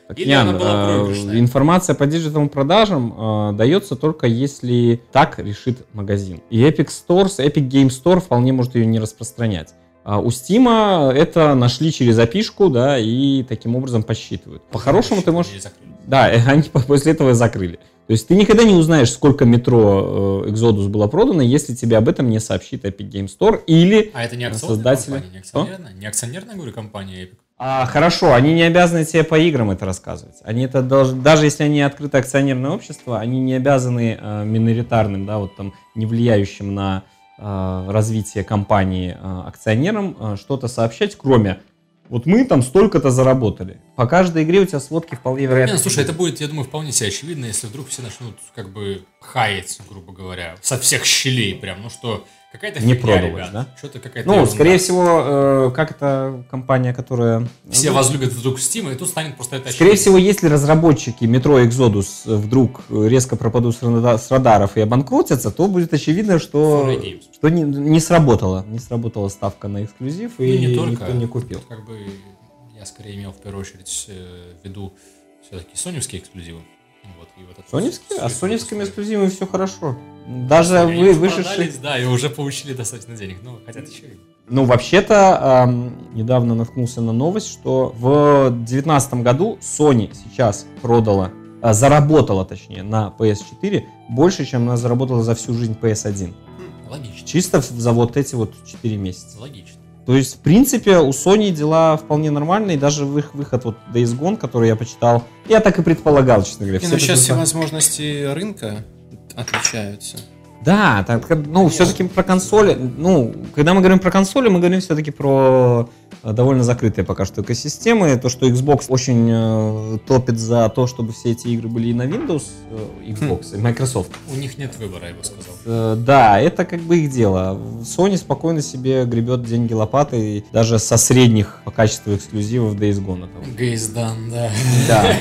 Так, Или Ян, она была э, проигрышная? информация по диджиталным продажам э, дается только если так решит магазин. И Epic Stores, Epic Game Store вполне может ее не распространять. А у Steam это нашли через эй пи ай-шку, да, и таким образом посчитывают. По-хорошему ты можешь... Да, они после этого и закрыли. То есть ты никогда не узнаешь, сколько метро э, Exodus было продано, если тебе об этом не сообщит Epic Game Store или А это не акционерная создатели. компания, не акционерная? Не акционерная, говорю, компания Epic? А, хорошо, они не обязаны тебе по играм это рассказывать. Они это должны, даже если они открыто акционерное общество, они не обязаны э, миноритарным, да, вот там не влияющим на э, развитие компании э, акционерам э, что-то сообщать, кроме вот мы там столько-то заработали. По каждой игре у тебя сводки вполне вероятно. Не, ну, слушай, это будет, я думаю, вполне себе очевидно, если вдруг все начнут как бы хаять, грубо говоря, со всех щелей прям, ну что, какая-то Не фигня, продалось, ребят. да? Что-то какая-то Ну, ерунда. скорее всего, э, как это компания, которая... Все возлюбят вдруг Steam, и тут станет просто это Скорее очевидно. всего, если разработчики Metro Exodus вдруг резко пропадут с рада- с радаров и обанкротятся, то будет очевидно, что, фор эй Games. что не, не сработала. Не сработала ставка на эксклюзив, Ну, и не только. никто не купил. Как бы я скорее имел в первую очередь э, в виду все-таки соневские эксклюзивы. Вот, и вот это Соневские? всё- А всё с соневскими это эксклюзивами все хорошо. Даже Они вы, уже вышедшие... продались, да, и уже получили достаточно денег, но хотят еще. Ну, вообще-то, эм, недавно наткнулся на новость, что в две тысячи девятнадцатом году Sony сейчас продала, э, заработала, точнее, на пи эс четыре больше, чем она заработала за всю жизнь пи эс один. Логично. Чисто за вот эти вот четыре месяца. Логично. То есть, в принципе, у Sony дела вполне нормальные, даже в их выход вот Days Gone, который я почитал, я так и предполагал, честно говоря. Не, Все ну, сейчас все такие- возможности рынка отличаются. Да, так, ну, все-таки про консоли, ну, когда мы говорим про консоли, мы говорим все-таки про э, довольно закрытые пока что экосистемы. То, что Xbox очень э, топит за то, чтобы все эти игры были и на Windows, э, Xbox, и Microsoft. У них нет выбора, я бы сказал. Э, да, это как бы их дело. Sony спокойно себе гребет деньги лопатой, даже со средних по качеству эксклюзивов Days Gone. Гейздан, да. Да.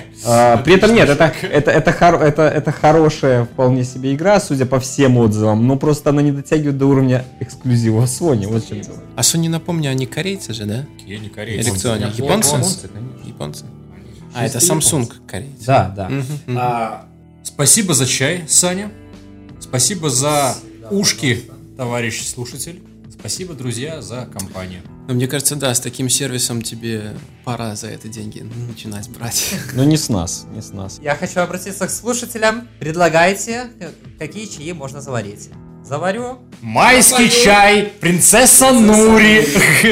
А, при этом нет, это, это, это, хор- это, это хорошая вполне себе игра, судя по всем отзывам, но просто она не дотягивает до уровня эксклюзива Sony. Вот в чем дело. А Sony, напомню, они корейцы же, да? Я не корейец. Электроник. Я Японцы? конечно. Японцы. А, это Samsung корейцы. Да, да. Мгм, мгм. А, спасибо за чай, Саня. Спасибо за ушки, товарищ слушатель. Спасибо, друзья, за компанию. Но мне кажется, да, с таким сервисом тебе пора за это деньги начинать брать. Но не с нас, не с нас. Я хочу обратиться к слушателям. Предлагайте, э, какие чаи можно заварить. Заварю. Майский чай, принцесса Нури,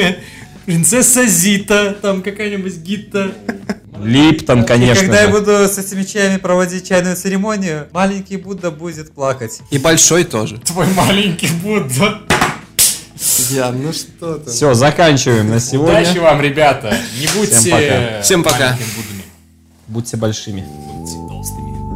принцесса Зита, там какая-нибудь Гита. Липтон, И конечно когда я же. буду с этими чаями проводить чайную церемонию, маленький Будда будет плакать. И большой тоже. Твой маленький Будда. Я, ну что ты. Все, заканчиваем на сегодня. Удачи вам, ребята. Не будьте Всем пока. Всем пока. маленькими Буддами. Будьте большими. Будьте толстыми.